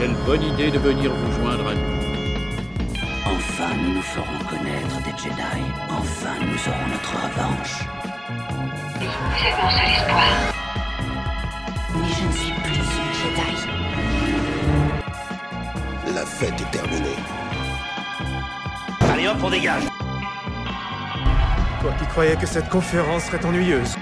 Quelle bonne idée de venir vous joindre à nous. Enfin, nous nous ferons connaître des Jedi. Enfin, nous aurons notre revanche. Oui, vous êtes mon seul espoir. Mais je ne suis plus une Jedi. La fête est terminée. Allez hop, on dégage. Toi qui croyais que cette conférence serait ennuyeuse.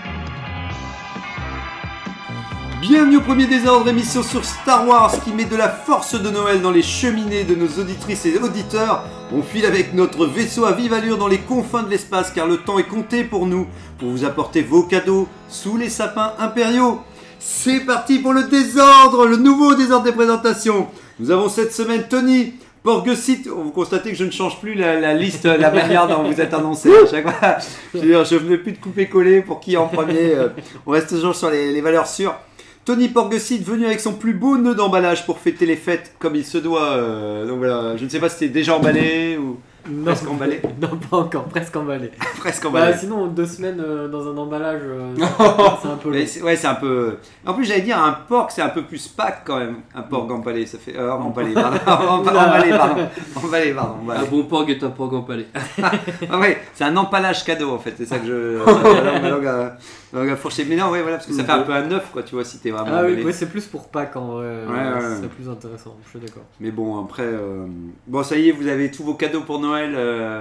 Bienvenue au Premier Désordre, émission sur Star Wars qui met de la force de Noël dans les cheminées de nos auditrices et auditeurs. On file avec notre vaisseau à vive allure dans les confins de l'espace car le temps est compté pour nous, pour vous apporter vos cadeaux sous les sapins impériaux. C'est parti pour le désordre, le nouveau désordre des présentations. Nous avons cette semaine Tony Porgesit. Vous constatez que je ne change plus la liste, la manière dont vous êtes annoncé à chaque fois. Je ne veux plus de couper-coller pour qui en premier. On reste toujours sur les valeurs sûres. Tony Porgesit venu avec son plus beau nœud d'emballage pour fêter les fêtes comme il se doit. Donc voilà, je ne sais pas si c'était déjà emballé ou presque emballé. Non, pas encore, presque emballé. Presque emballé. Bah, sinon, 2 semaines dans un emballage, c'est un peu long. Ouais, c'est un peu. En plus, j'allais dire un porc, c'est un peu plus pack quand même. Un porc emballé, ça fait. Emballé, pardon. Emballé, pardon. Un bon porc est un porc emballé. Ah ouais, c'est un empalage cadeau en fait, c'est ça que je. Donc à fourcher. Mais non, ouais, voilà, parce que ça fait un peu un œuf, quoi, tu vois, si t'es vraiment. Ah oui, ouais, c'est plus pour Pâques en vrai. Ouais. C'est plus intéressant, je suis d'accord. Mais bon, après. Bon, ça y est, vous avez tous vos cadeaux pour Noël.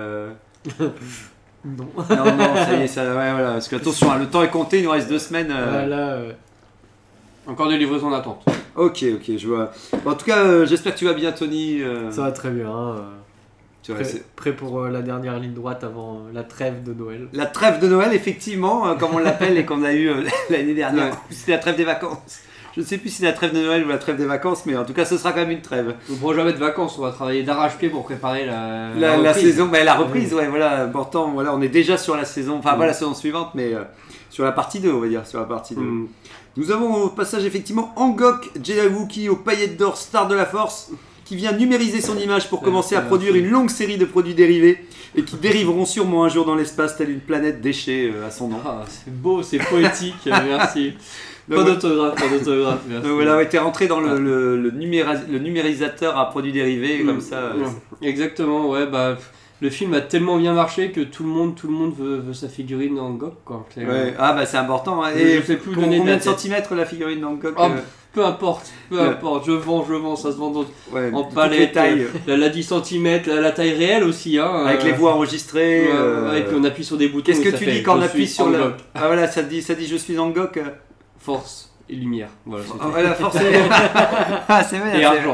Non, ça y est, ça. Ouais, voilà. Parce que attention, le temps est compté, il nous reste 2 semaines. Encore des livraisons en attente. Ok, je vois. Bon, en tout cas, j'espère que tu vas bien, Tony. Ça va très bien. Tu vois, prêt pour la dernière ligne droite avant la trêve de Noël. La trêve de Noël, effectivement, comme on l'appelle et qu'on a eu l'année dernière. Ouais. C'était la trêve des vacances. Je ne sais plus si c'est la trêve de Noël ou la trêve des vacances, mais en tout cas, ce sera quand même une trêve. On ne pourra jamais de vacances, on va travailler d'arrache-pied pour préparer la saison. La reprise, ouais, voilà, important. Voilà, on est déjà sur la saison, enfin pas la saison suivante, mais sur la partie 2, on va dire, sur la partie 2. Nous avons au passage effectivement Angok, Jedi Wookiee aux paillettes d'or, star de la Force, qui vient numériser son image pour commencer à produire une longue série de produits dérivés et qui dériveront sûrement un jour dans l'espace telle une planète déchée à son nom. Ah, c'est beau, c'est poétique, merci. Pas d'autographe, merci. Donc voilà, t'es rentré dans le numérisateur à produits dérivés, comme ça. Exactement, ouais, bah... Le film a tellement bien marché que tout le monde veut sa figurine d'Angok, quoi. Ouais. Ah bah c'est important. Hein. Et je sais plus combien de centimètres la figurine d'Angok Peu importe, je vends, ça se vend en palette, tailles. La 10 cm, la taille réelle aussi. Hein, avec les voix enregistrées. Et puis on appuie sur des boutons. Qu'est-ce que tu dis quand on appuie sur le... Ah voilà, ça dit je suis Angok. Force et lumière. Voilà, voilà, force et ah, c'est vrai. Et argent.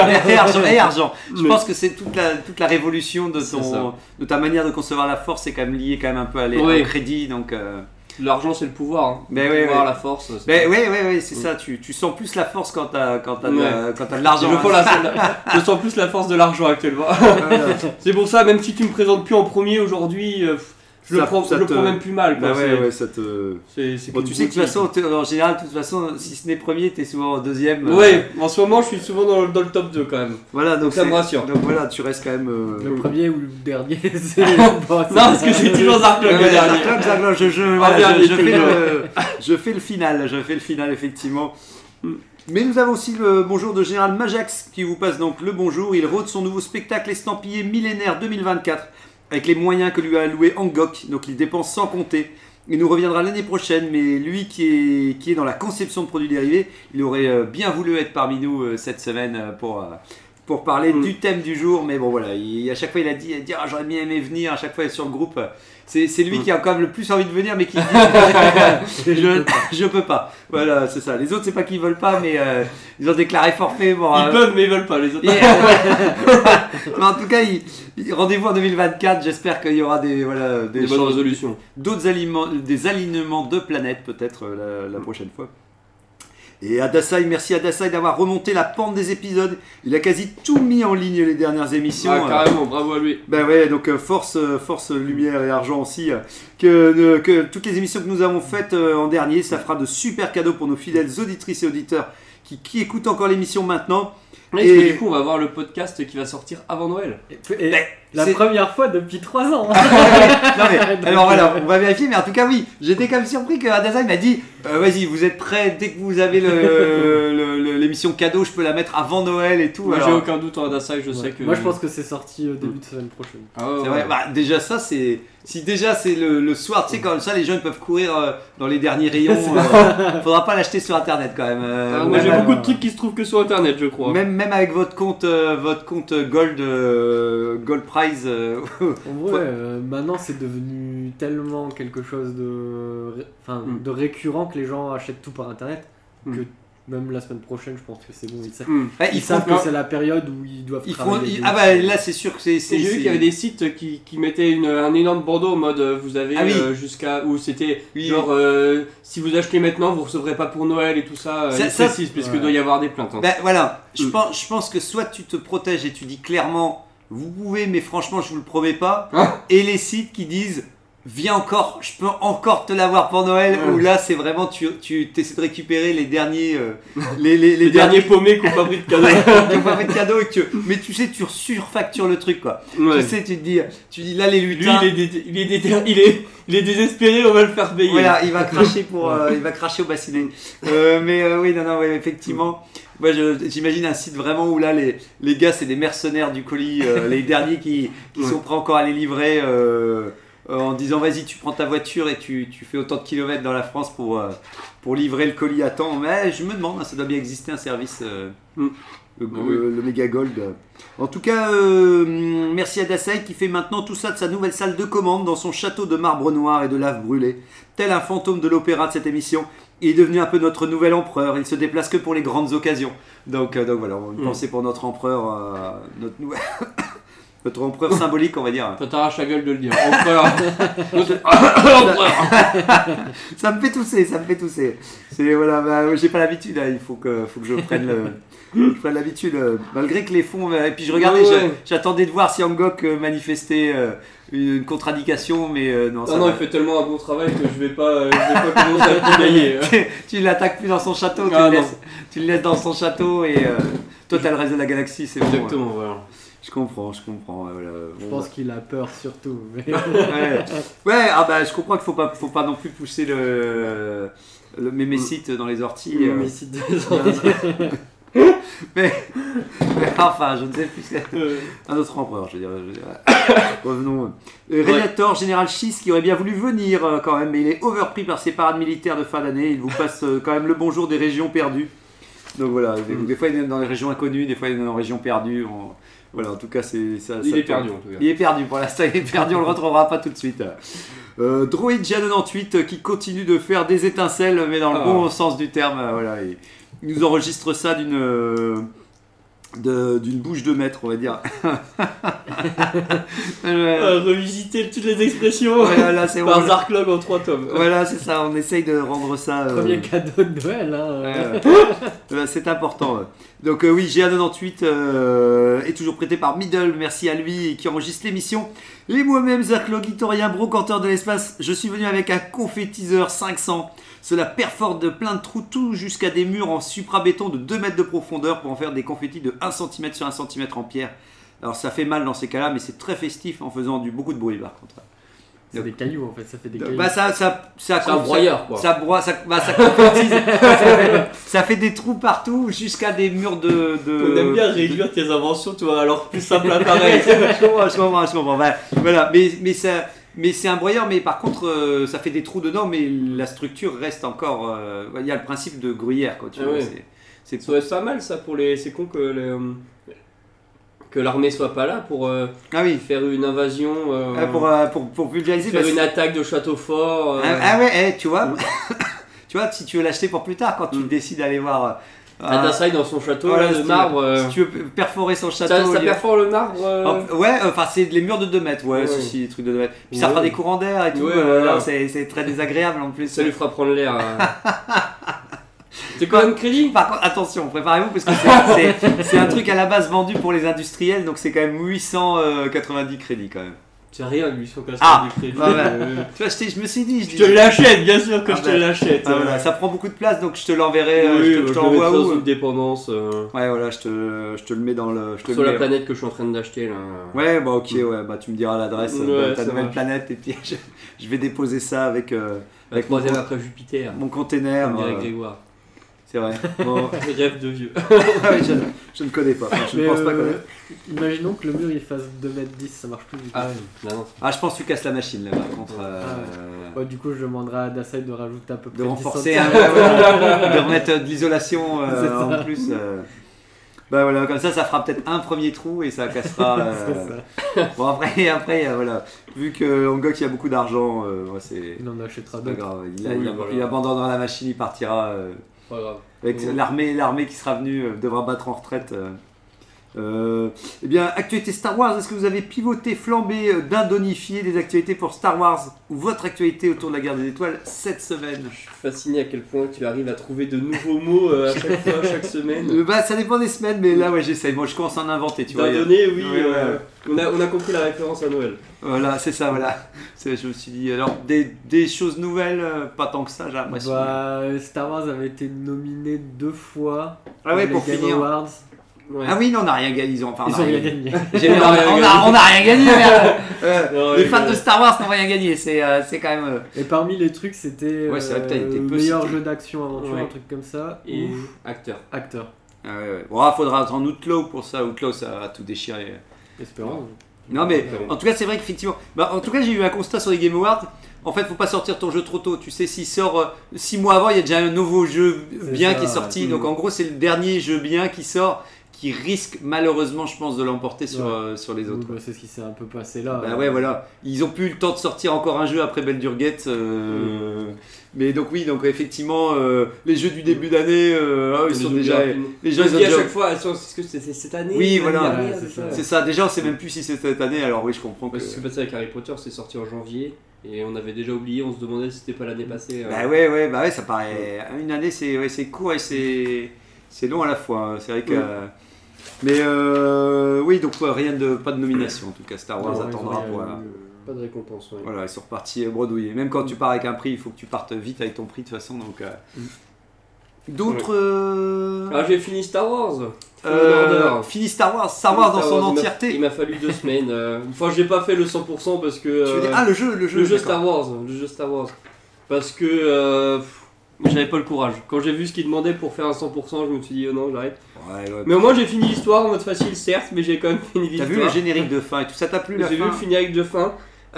Et argent. Je pense que c'est toute la révolution de ta manière de concevoir la force, c'est quand même lié quand même un peu au crédit, donc... L'argent c'est le pouvoir, hein. Le pouvoir, la force. Oui, c'est ça. Tu sens plus la force quand t'as de l'argent. Je sens plus la force de l'argent actuellement. C'est pour ça, même si tu me présentes plus en premier aujourd'hui, je le prends même plus mal. Quoi. Ça te. Bon, tu sais que de toute façon, en général, si ce n'est premier, t'es souvent en deuxième. Ouais, en ce moment, je suis souvent dans le top 2 quand même. Voilà, donc ça me rassure. Donc voilà, tu restes quand même. Le premier ou le dernier, c'est. Non, parce que c'est toujours Zarklog le dernier. Je fais le final, effectivement. Mais nous avons aussi le bonjour de Général Majax qui vous passe donc le bonjour. Il rôde son nouveau spectacle estampillé millénaire 2024 avec les moyens que lui a alloué Angok. Donc il dépense sans compter. Il nous reviendra l'année prochaine, mais lui qui est dans la conception de produits dérivés, il aurait bien voulu être parmi nous cette semaine pour parler du thème du jour. Mais bon voilà, à chaque fois il a dit j'aurais bien aimé venir, à chaque fois sur le groupe. C'est lui qui a quand même le plus envie de venir, mais qui dit je peux pas. Voilà, c'est ça. Les autres, c'est pas qu'ils veulent pas, mais ils ont déclaré forfait. Bon, ils peuvent, mais ils veulent pas, les autres. Mais en tout cas, rendez-vous en 2024. J'espère qu'il y aura des bonnes résolutions. D'autres des alignements de planètes, peut-être la prochaine fois. Et Adasai, merci Adasai d'avoir remonté la pente des épisodes. Il a quasi tout mis en ligne les dernières émissions. Ah, carrément, bravo à lui. Ben ouais, donc force, lumière et argent aussi. Que toutes les émissions que nous avons faites en dernier, ça fera de super cadeaux pour nos fidèles auditrices et auditeurs qui écoutent encore l'émission maintenant. Oui, parce que du coup, on va voir le podcast qui va sortir avant Noël. Première fois depuis 3 ans. Non mais, alors voilà, on va vérifier, mais en tout cas oui, j'étais quand même surpris que Adasai m'a dit vas-y, vous êtes prêts dès que vous avez l'émission cadeau, je peux la mettre avant Noël et tout. Moi, alors... j'ai aucun doute en Dasai, je sais que. Moi, je pense que c'est sorti début de semaine prochaine. C'est vrai, déjà ça, c'est. Si déjà c'est le soir, tu sais, comme ça, les gens ils peuvent courir dans les derniers rayons. Faudra pas l'acheter sur internet quand même. Moi, j'ai beaucoup de trucs qui se trouvent que sur internet, je crois. Même avec votre compte Gold Prize. En vrai, maintenant c'est devenu tellement quelque chose de récurrent que les gens achètent tout par internet que même la semaine prochaine, je pense que c'est bon. Ils savent que c'est la période où ils doivent travailler. Là c'est sûr que c'est. J'ai vu qu'il y avait des sites qui mettaient un énorme bandeau en mode vous avez jusqu'à où c'était genre si vous achetez maintenant vous recevrez pas pour Noël et tout ça. Ils précisent parce qu'il doit y avoir des plaintes. Voilà, je pense que soit tu te protèges et tu dis clairement vous pouvez mais franchement je vous le promets pas, et les sites qui disent viens encore, je peux encore te l'avoir pour Noël, où là c'est vraiment tu essaies de récupérer les derniers les derniers paumés qu'on fabrique de cadeaux mais tu sais tu surfactures le truc quoi. Tu sais tu dis là les lutins il est désespéré, on va le faire payer. Voilà, il va cracher il va cracher au bassinet. Effectivement. Moi j'imagine un site vraiment où là les gars c'est des mercenaires du colis, les derniers qui sont prêts encore à les livrer en disant vas-y tu prends ta voiture et tu fais autant de kilomètres dans la France pour livrer le colis à temps. Mais je me demande, ça doit bien exister un service le Méga Gold. En tout cas merci à Dasai qui fait maintenant tout ça de sa nouvelle salle de commande dans son château de marbre noir et de lave brûlée. Tel un fantôme de l'opéra de cette émission, il est devenu un peu notre nouvel empereur. Il ne se déplace que pour les grandes occasions. Donc voilà, on va penser pour notre empereur, notre empereur symbolique, on va dire. Ça t'arrache la gueule de le dire. Empereur. Ça me fait tousser. C'est voilà, j'ai pas l'habitude. Là. Il faut que je prenne l'habitude. Malgré que les fonds. Et puis je regardais, j'attendais de voir si Angok manifestait une contre-indication, mais non. Il fait tellement un bon travail que je vais pas commencer à le gagner. Tu l'attaques plus dans son château. Tu le laisses dans son château et toi t'as le reste de la galaxie. C'est exactement. Bon, voilà. Je comprends. Voilà. Je pense qu'il a peur surtout. Mais... je comprends qu'il faut pas non plus pousser le mémécite dans les orties. Le mémécite dans les orties. mais enfin, je ne sais plus. Un autre empereur, je veux dire. Revenons. Renator, Général Schiss, qui aurait bien voulu venir quand même, mais il est overpris par ses parades militaires de fin d'année. Il vous passe quand même le bonjour des régions perdues. Donc voilà, des fois il est dans les régions inconnues, des fois il est dans les régions perdues. Voilà, en tout cas, il est perdu en tout cas. Il est perdu, pour l'instant il est perdu, on le retrouvera pas tout de suite. Droid J98 qui continue de faire des étincelles, mais dans le bon sens du terme. Voilà, il nous enregistre ça d'une bouche de maître, on va dire. Revisiter toutes les expressions c'est par Zarklog en 3 tomes. Voilà, c'est ça, on essaye de rendre ça... Premier cadeau de Noël. C'est important. Donc oui, GA98 est toujours prêté par Middle, merci à lui, qui enregistre l'émission. Et moi-même, Zarklog, historien, brocanteur de l'espace, je suis venu avec un confettiseur 500. Cela perfore de plein de trous, tout jusqu'à des murs en suprabéton de 2 mètres de profondeur pour en faire des confettis de 1 cm sur 1 cm en pierre. Alors ça fait mal dans ces cas-là, mais c'est très festif en faisant beaucoup de bruit par contre. C'est des cailloux en fait, ça fait des cailloux. C'est un broyeur quoi. Ça confettise, ça fait des trous partout jusqu'à des murs de... On aime bien réduire tes inventions, tu vois, alors plus simple à pareil. Je comprends. Voilà, mais c'est un broyeur, mais par contre ça fait des trous dedans, mais la structure reste encore... Il y a le principe de gruyère quoi, tu vois. Ça doit être pas mal ça pour les... C'est con que l'armée soit pas là pour faire une invasion, pour vulgariser, faire une attaque de château fort. Tu vois, tu vois, si tu veux l'acheter pour plus tard, quand tu décides d'aller voir Dasai dans son château de marbre. Si tu veux perforer son château, ça perfore le marbre. C'est les murs de 2 mètres, des trucs de 2 mètres. Puis ça fera des courants d'air et tout. C'est très désagréable en plus. Ça lui fera prendre l'air. C'est quoi un crédit ? Par contre, attention, préparez-vous parce que c'est un truc à la base vendu pour les industriels, donc c'est quand même 890 crédits quand même. C'est rien, 890 crédits. Tu vois, je me suis dit... Je te l'achète, bien sûr que je te l'achète. Ça prend beaucoup de place, donc je te l'enverrai. Je te l'envoie dans une dépendance. Je te le mets dans le... Sur la planète que je suis en train d'acheter là. Tu me diras l'adresse de ta nouvelle planète et puis je vais déposer ça avec la troisième après Jupiter. Mon container. Comme dirait Grégoire. C'est vrai. Bon. Rêve de vieux. je ne connais pas. Enfin, je ne pense pas connaître. Imaginons que le mur il fasse 2m10, ça marche plus du tout. Je pense que tu casses la machine là par contre. Du coup, je demanderai à Dasai de rajouter à peu près de renforcer, de remettre de l'isolation en plus. Bah voilà, comme ça fera peut-être un premier trou et ça cassera. Bon après voilà, vu que Angok il a beaucoup d'argent, il en achètera d'autres. Pas grave, voilà. Il abandonnera la machine, il partira. Pas grave. Avec l'armée qui sera venue devra battre en retraite. Eh bien, actualité Star Wars, est-ce que vous avez pivoté, flambé, dindonifié des actualités pour Star Wars ou votre actualité autour de la guerre des étoiles cette semaine? Je suis fasciné à quel point tu arrives à trouver de nouveaux mots à chaque fois, chaque semaine. Ça dépend des semaines, mais là j'essaye. Moi je commence à en inventer, tu vois. Dindonner, oui. On a compris la référence à Noël. Voilà, c'est ça, voilà. Je me suis dit, alors des choses nouvelles, pas tant que ça, j'ai l'impression. Star Wars avait été nominé 2 fois pour les Game finir. Awards. Ouais. Ah oui, non, on n'a rien gagné. Ils ont rien gagné. On n'a rien gagné. Les fans de Star Wars n'ont rien gagné. C'est quand même. Et parmi les trucs, c'était meilleur jeu d'action aventure, un truc comme ça. Et acteur. Ah ouais. Bon, faudra attendre Outlaw pour ça. Outlaw, ça va tout déchirer. Espérons. Non, mais en tout cas, c'est vrai qu'effectivement. En tout cas, j'ai eu un constat sur les Game Awards. En fait, faut pas sortir ton jeu trop tôt. Tu sais, s'il sort 6 mois avant, il y a déjà un nouveau jeu bien qui est sorti. Donc en gros, c'est le dernier jeu bien qui sort, qui risque malheureusement, je pense, de l'emporter sur les autres. C'est ce qui s'est un peu passé là. Voilà. Ils ont plus eu le temps de sortir encore un jeu après Baldur's Gate. Mais donc effectivement, les jeux du début d'année, ils sont déjà. Les jeux à chaque fois, est-ce que c'était cette année? Oui, voilà. C'est ça. Déjà, on sait même plus si c'est cette année. Alors oui, je comprends. Ce qui s'est passé avec Harry Potter, c'est sorti en janvier. Et on avait déjà oublié, on se demandait si c'était pas l'année passée. Ouais, ça paraît. Une année, c'est court et c'est long à la fois. C'est vrai que. Mais oui, donc pas de nomination en tout cas. Star Wars attendra pour. Pas de récompense. Ouais. Voilà, ils sont repartis bredouillés. Même quand tu pars avec un prix, il faut que tu partes vite avec ton prix de toute façon. Donc. D'autres. J'ai fini Star Wars. Fini Star Wars dans son entièreté. Il m'a fallu 2 semaines. Une fois, j'ai pas fait le 100% parce que. Tu veux dire, le jeu Star Wars. Le jeu Star Wars. Parce que. J'avais pas le courage. Quand j'ai vu ce qu'il demandait pour faire un 100%, je me suis dit non, j'arrête. Mais au moins j'ai fini l'histoire en mode facile, certes, mais j'ai quand même fini l'histoire. T'as vu le générique de fin et tout ça t'a plu la fin? J'ai vu le générique de fin.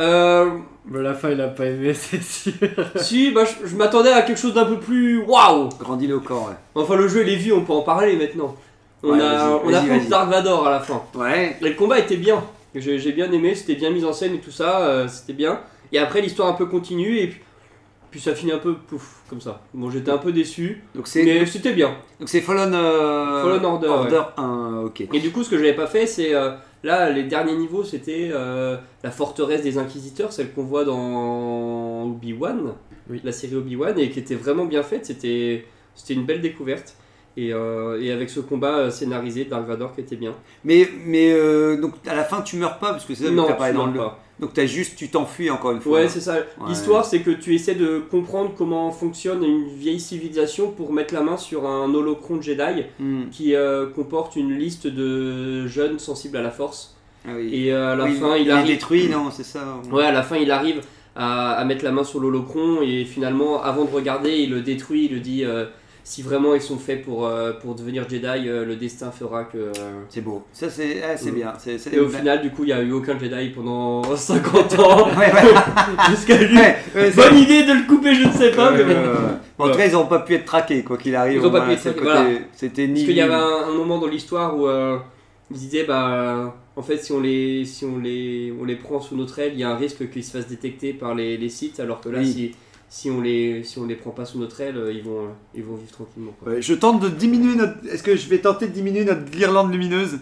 La fin, il a pas aimé, c'est sûr. Si, je m'attendais à quelque chose d'un peu plus waouh. Grandiloquent, ouais. Enfin, le jeu, il est vieux, on peut en parler maintenant. On a fait Dark Vador à la fin. Ouais. Et le combat était bien. J'ai bien aimé, c'était bien mis en scène et tout ça, c'était bien. Et après, l'histoire un peu continue et puis ça finit un peu pouf, comme ça. Bon, j'étais un peu déçu, mais c'était bien. Donc c'est Fallen Order 1, ok. Et du coup, ce que j'avais pas fait, c'est là, les derniers niveaux, c'était la forteresse des Inquisiteurs, celle qu'on voit dans Obi-Wan, la série Obi-Wan, et qui était vraiment bien faite. C'était une belle découverte. Et avec ce combat scénarisé, Dark Vador qui était bien. Mais donc à la fin, tu meurs pas parce que c'est ça. Non, tu pas. Donc tu t'enfuis encore une fois. Ouais, c'est ça. L'histoire, c'est que tu essaies de comprendre comment fonctionne une vieille civilisation pour mettre la main sur un holocron Jedi qui comporte une liste de jeunes sensibles à la force. Ah oui. Et à la fin, il arrive. Détruit, non, c'est ça. Ouais, à la fin, il arrive à mettre la main sur l'holocron et finalement, avant de regarder, il le détruit. Il le dit. Si vraiment ils sont faits pour devenir Jedi, le destin fera que... C'est beau, ça c'est bien. Et au final, du coup, il n'y a eu aucun Jedi pendant 50 ans. Jusqu'à lui. Bonne idée de le couper, je ne sais pas. Mais En tout cas, ils n'ont pas pu être traqués, quoi qu'il arrive. Ils n'ont pas pu être traqués, voilà. C'était Parce qu'il y avait un moment dans l'histoire où ils disaient, en fait, si on les prend sous notre aile, il y a un risque qu'ils se fassent détecter par les Sith, alors que là, si on les prend pas sous notre aile, ils vont vivre tranquillement. Quoi. Ouais, je tente de diminuer Est-ce que je vais tenter de diminuer notre guirlande lumineuse?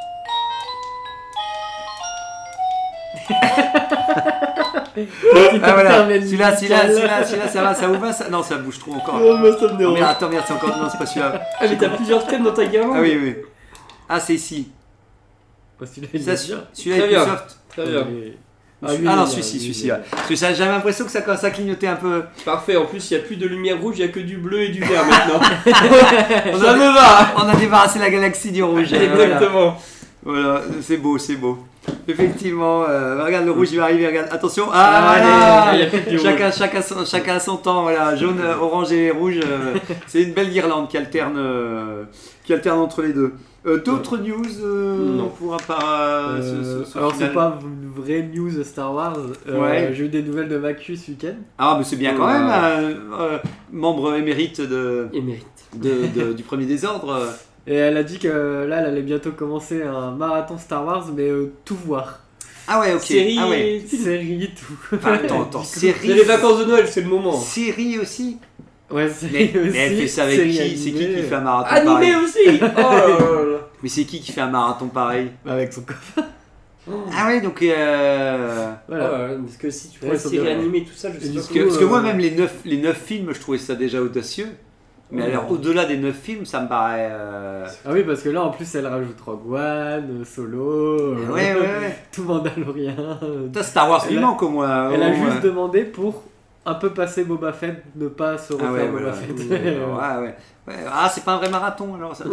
Voilà. Celui-là, ça va, ça vous va ça? Non, ça bouge trop encore. Oh, moi, ça me dérange. Attends, merde, c'est encore. Non, c'est pas celui-là. Ah, mais t'as plusieurs thèmes dans ta guirlande? Ah oui. Ah, c'est ici. Celui-là, est plus soft. Très bien. Non, celui-ci. Parce que j'avais l'impression que ça clignotait un peu. Parfait, en plus il n'y a plus de lumière rouge, il n'y a que du bleu et du vert maintenant. Ça me va. On a débarrassé la galaxie du rouge. Exactement. Voilà, c'est beau. Effectivement, regarde le rouge, il va arriver, regarde, attention, chacun a son temps, voilà, jaune, orange et rouge, c'est une belle guirlande qui alterne entre les deux. D'autres news Non. pour un part ce Alors final. c'est pas une vraie news Star Wars. Ouais. J'ai eu des nouvelles de Macu ce week-end. Ah, mais c'est bien quand même, membre émérite du premier désordre. Et elle a dit que là elle allait bientôt commencer un marathon Star Wars, mais tout voir. Ah ouais, ok. Série, Ah ouais. Série, tout. Enfin, attends, série. C'est les vacances de Noël, c'est le moment. Série aussi. Ouais, série aussi. Mais elle fait ça avec série qui? C'est qui animée. fait un marathon Animé pareil? aussi. Oh là là là. Mais c'est qui fait un marathon pareil? Avec son coffre. Ah ouais, donc Voilà. Ouais, parce que si tu prends Ouais, la ça série doit- animée, tout ça, je sais Et pas. du coup, parce que moi même les 9 films, je trouvais ça déjà audacieux. Mais alors au-delà des 9 films, ça me paraît. Ah oui, parce que là en plus elle rajoute Rogue One, Solo, Ouais. tout Mandalorian. Putain, Star Wars lui Elle a- manque au moins. Elle a au moins. juste demandé pour un peu passer Boba Fett, ne pas se refaire Ah ouais, Boba voilà. Fett. Ouais. Ah, c'est pas un vrai marathon alors ça.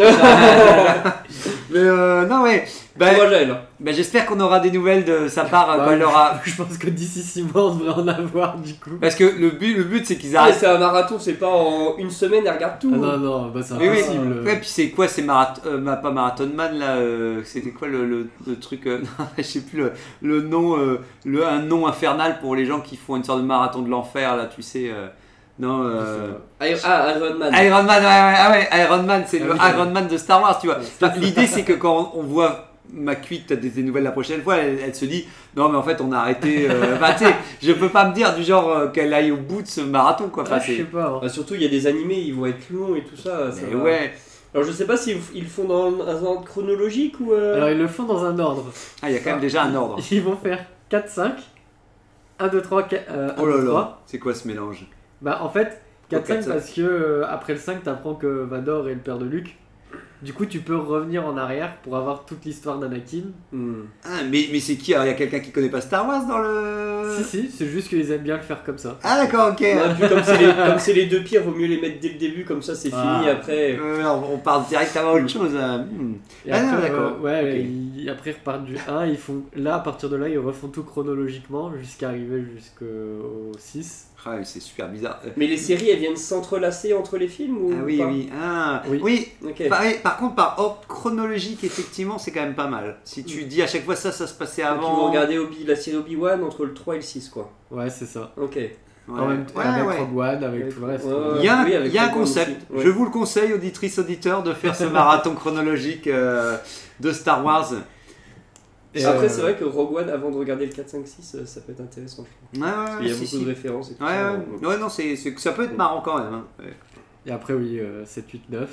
Mais non, ouais. Courage à elle. Bah, j'espère qu'on aura des nouvelles de sa part quand elle aura. Je pense que d'ici 6 mois on devrait en avoir du coup. Parce que le but c'est qu'ils Ah, mais arrêtent. c'est un marathon, c'est pas en une semaine, elle regarde tout. Ah non, bah c'est Oui, oui. impossible. Ouais, puis c'est quoi, c'est pas Marathon Man là, c'était quoi le truc, non, je sais plus le nom, un nom infernal pour les gens qui font une sorte de marathon de l'enfer là, tu sais. Non. Iron Man. Iron Man, ouais, Iron Man, c'est le oui. Iron Man de Star Wars, tu vois. Enfin, l'idée c'est que quand on voit McQueen, t'as des nouvelles la prochaine fois, elle se dit non mais en fait on a arrêté. Enfin, tu sais, je peux pas me dire du genre qu'elle aille au bout de ce marathon quoi. Enfin, Ah, je sais pas. hein. Bah, surtout, il y a des animés, ils vont être plus longs et tout ça. mais ouais. Alors, je sais pas s'ils ils le font dans un ordre chronologique ou. Alors ils le font dans un ordre. Ah, il y a quand même déjà un ordre. Ils vont faire 4-5, 1, 2, 3, 4, 1, Oh là 2, 3. là, c'est quoi ce mélange? Bah en fait, 4-5 4-5. parce que après le 5 t'apprends que Vador est le père de Luke. Du coup tu peux revenir en arrière pour avoir toute l'histoire d'Anakin. Ah, mais c'est qui? Alors, il y a quelqu'un qui connaît pas Star Wars dans le. Si, c'est juste qu'ils aiment bien le faire comme ça. Ah d'accord, ok. Ouais, puis comme c'est les deux pires, vaut mieux les mettre dès le début, comme ça c'est fini après. On part directement à autre chose. Et Ah, après, non, d'accord. Après ils repartent du 1, ils font là à partir de là ils refont tout chronologiquement jusqu'à arriver jusqu'au 6. Ah, c'est super bizarre. Mais les séries elles viennent s'entrelacer entre les films ou Ah oui, pas oui. Ah, Oui. oui. Ok. Par contre, par ordre chronologique, effectivement, c'est quand même pas mal. Si tu dis à chaque fois ça se passait Donc, ils vont avant. regarder la série Obi-Wan entre le 3 et le 6 quoi. Ouais, c'est ça. Ok. Ouais. En même temps, Ouais, avec ouais. Rogue One, avec tout le reste. Ouais, Il y a, oui, avec il y a un Rogue One concept. aussi, ouais. Je vous le conseille, auditrices, auditeurs, de faire ce marathon chronologique de Star Wars. Et, Après, c'est vrai que Rogue One, avant de regarder le 4, 5, 6, ça peut être intéressant. Je trouve. Ouais, Parce qu'il y a si, beaucoup si. de références et tout Ouais, ça. ouais, non, ça peut être marrant quand même. Hein. Ouais. Et après, oui, 7, 8, 9.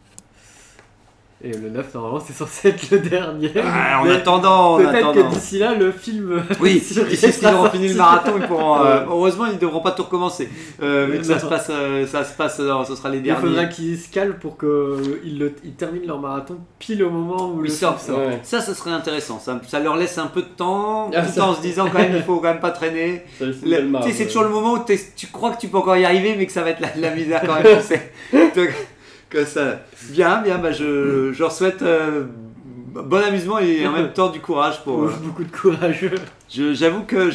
Et le 9, normalement, c'est censé être le dernier. Ah, en Mais attendant, peut-être que d'ici là, le film. Oui, sur- d'ici ce qu'ils auront fini le sera marathon, ils pourront. Heureusement, ils ne devront pas tout recommencer. Vu que ça Non. se passe, ce sera les Il faudra derniers. qu'ils se calent pour qu'ils terminent leur marathon pile au moment où Ils le sortent. film sort. Ouais. Ça serait intéressant. Ça leur laisse un peu de temps, Ah, tout ça- en se disant quand même, il faut quand même pas traîner. Ça, c'est une Tu belle marge, sais, c'est toujours le moment où tu crois que tu peux encore y arriver, mais que ça va être la misère quand même. Tu sais. Donc, que ça. Bien, bah je leur souhaite bon amusement et en même temps du courage pour. Beaucoup de courage. J'avoue que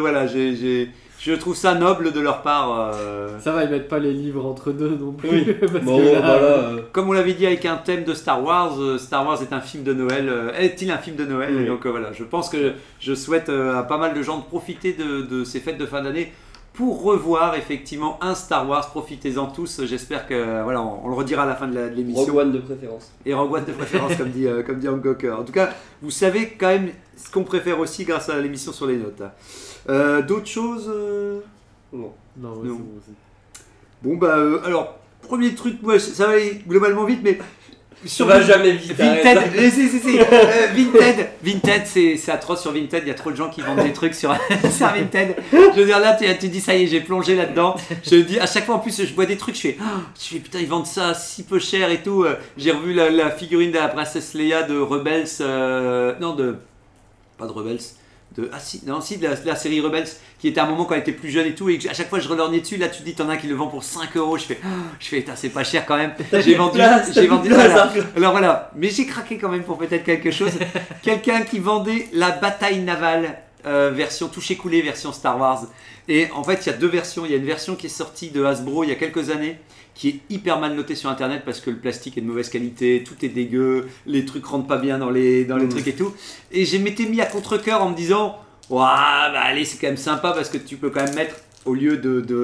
je trouve ça noble de leur part. Ça va, ils mettent pas les livres entre deux non plus. Oui. parce Bon, que là, voilà. Comme on l'avait dit avec un thème de Star Wars, Star Wars est un film de Noël. Est-il un film de Noël? Oui. Donc voilà, je pense que je souhaite à pas mal de gens de profiter de ces fêtes de fin d'année pour revoir effectivement un Star Wars. Profitez-en tous. J'espère que voilà, on le redira à la fin de l'émission. Rogue One de préférence. Et Rogue One de préférence, comme dit Hancock. En tout cas, vous savez quand même ce qu'on préfère aussi grâce à l'émission sur les notes. Là. D'autres choses Non. Non, ouais, Non. c'est bon, Bon bah alors premier truc, moi ça va aller globalement vite, mais Ça va jamais vite. Vinted, arrête. si. Vinted, c'est atroce sur Vinted. Il y a trop de gens qui vendent des trucs sur Vinted. Je veux dire là, tu dis ça y est, j'ai plongé là-dedans. Je dis à chaque fois en plus, je vois des trucs, je fais putain, ils vendent ça si peu cher et tout. J'ai revu la figurine de la princesse Leia de Rebels, pas de Rebels, de la série Rebels, qui était à un moment quand elle était plus jeune et tout, et à chaque fois je relorgnais dessus. Là, tu te dis, t'en as un qui le vend pour 5 €. Je fais, c'est pas cher quand même. J'ai vendu. Alors voilà, mais j'ai craqué quand même pour peut-être quelque chose. Quelqu'un qui vendait la bataille navale. Version touché-coulé, version Star Wars. Et en fait, il y a deux versions. Il y a une version qui est sortie de Hasbro il y a quelques années, qui est hyper mal notée sur internet parce que le plastique est de mauvaise qualité, tout est dégueu, les trucs rentrent pas bien dans les trucs et tout. Et je m'étais mis à contre-cœur en me disant, ouah, bah allez, c'est quand même sympa parce que tu peux quand même mettre, au lieu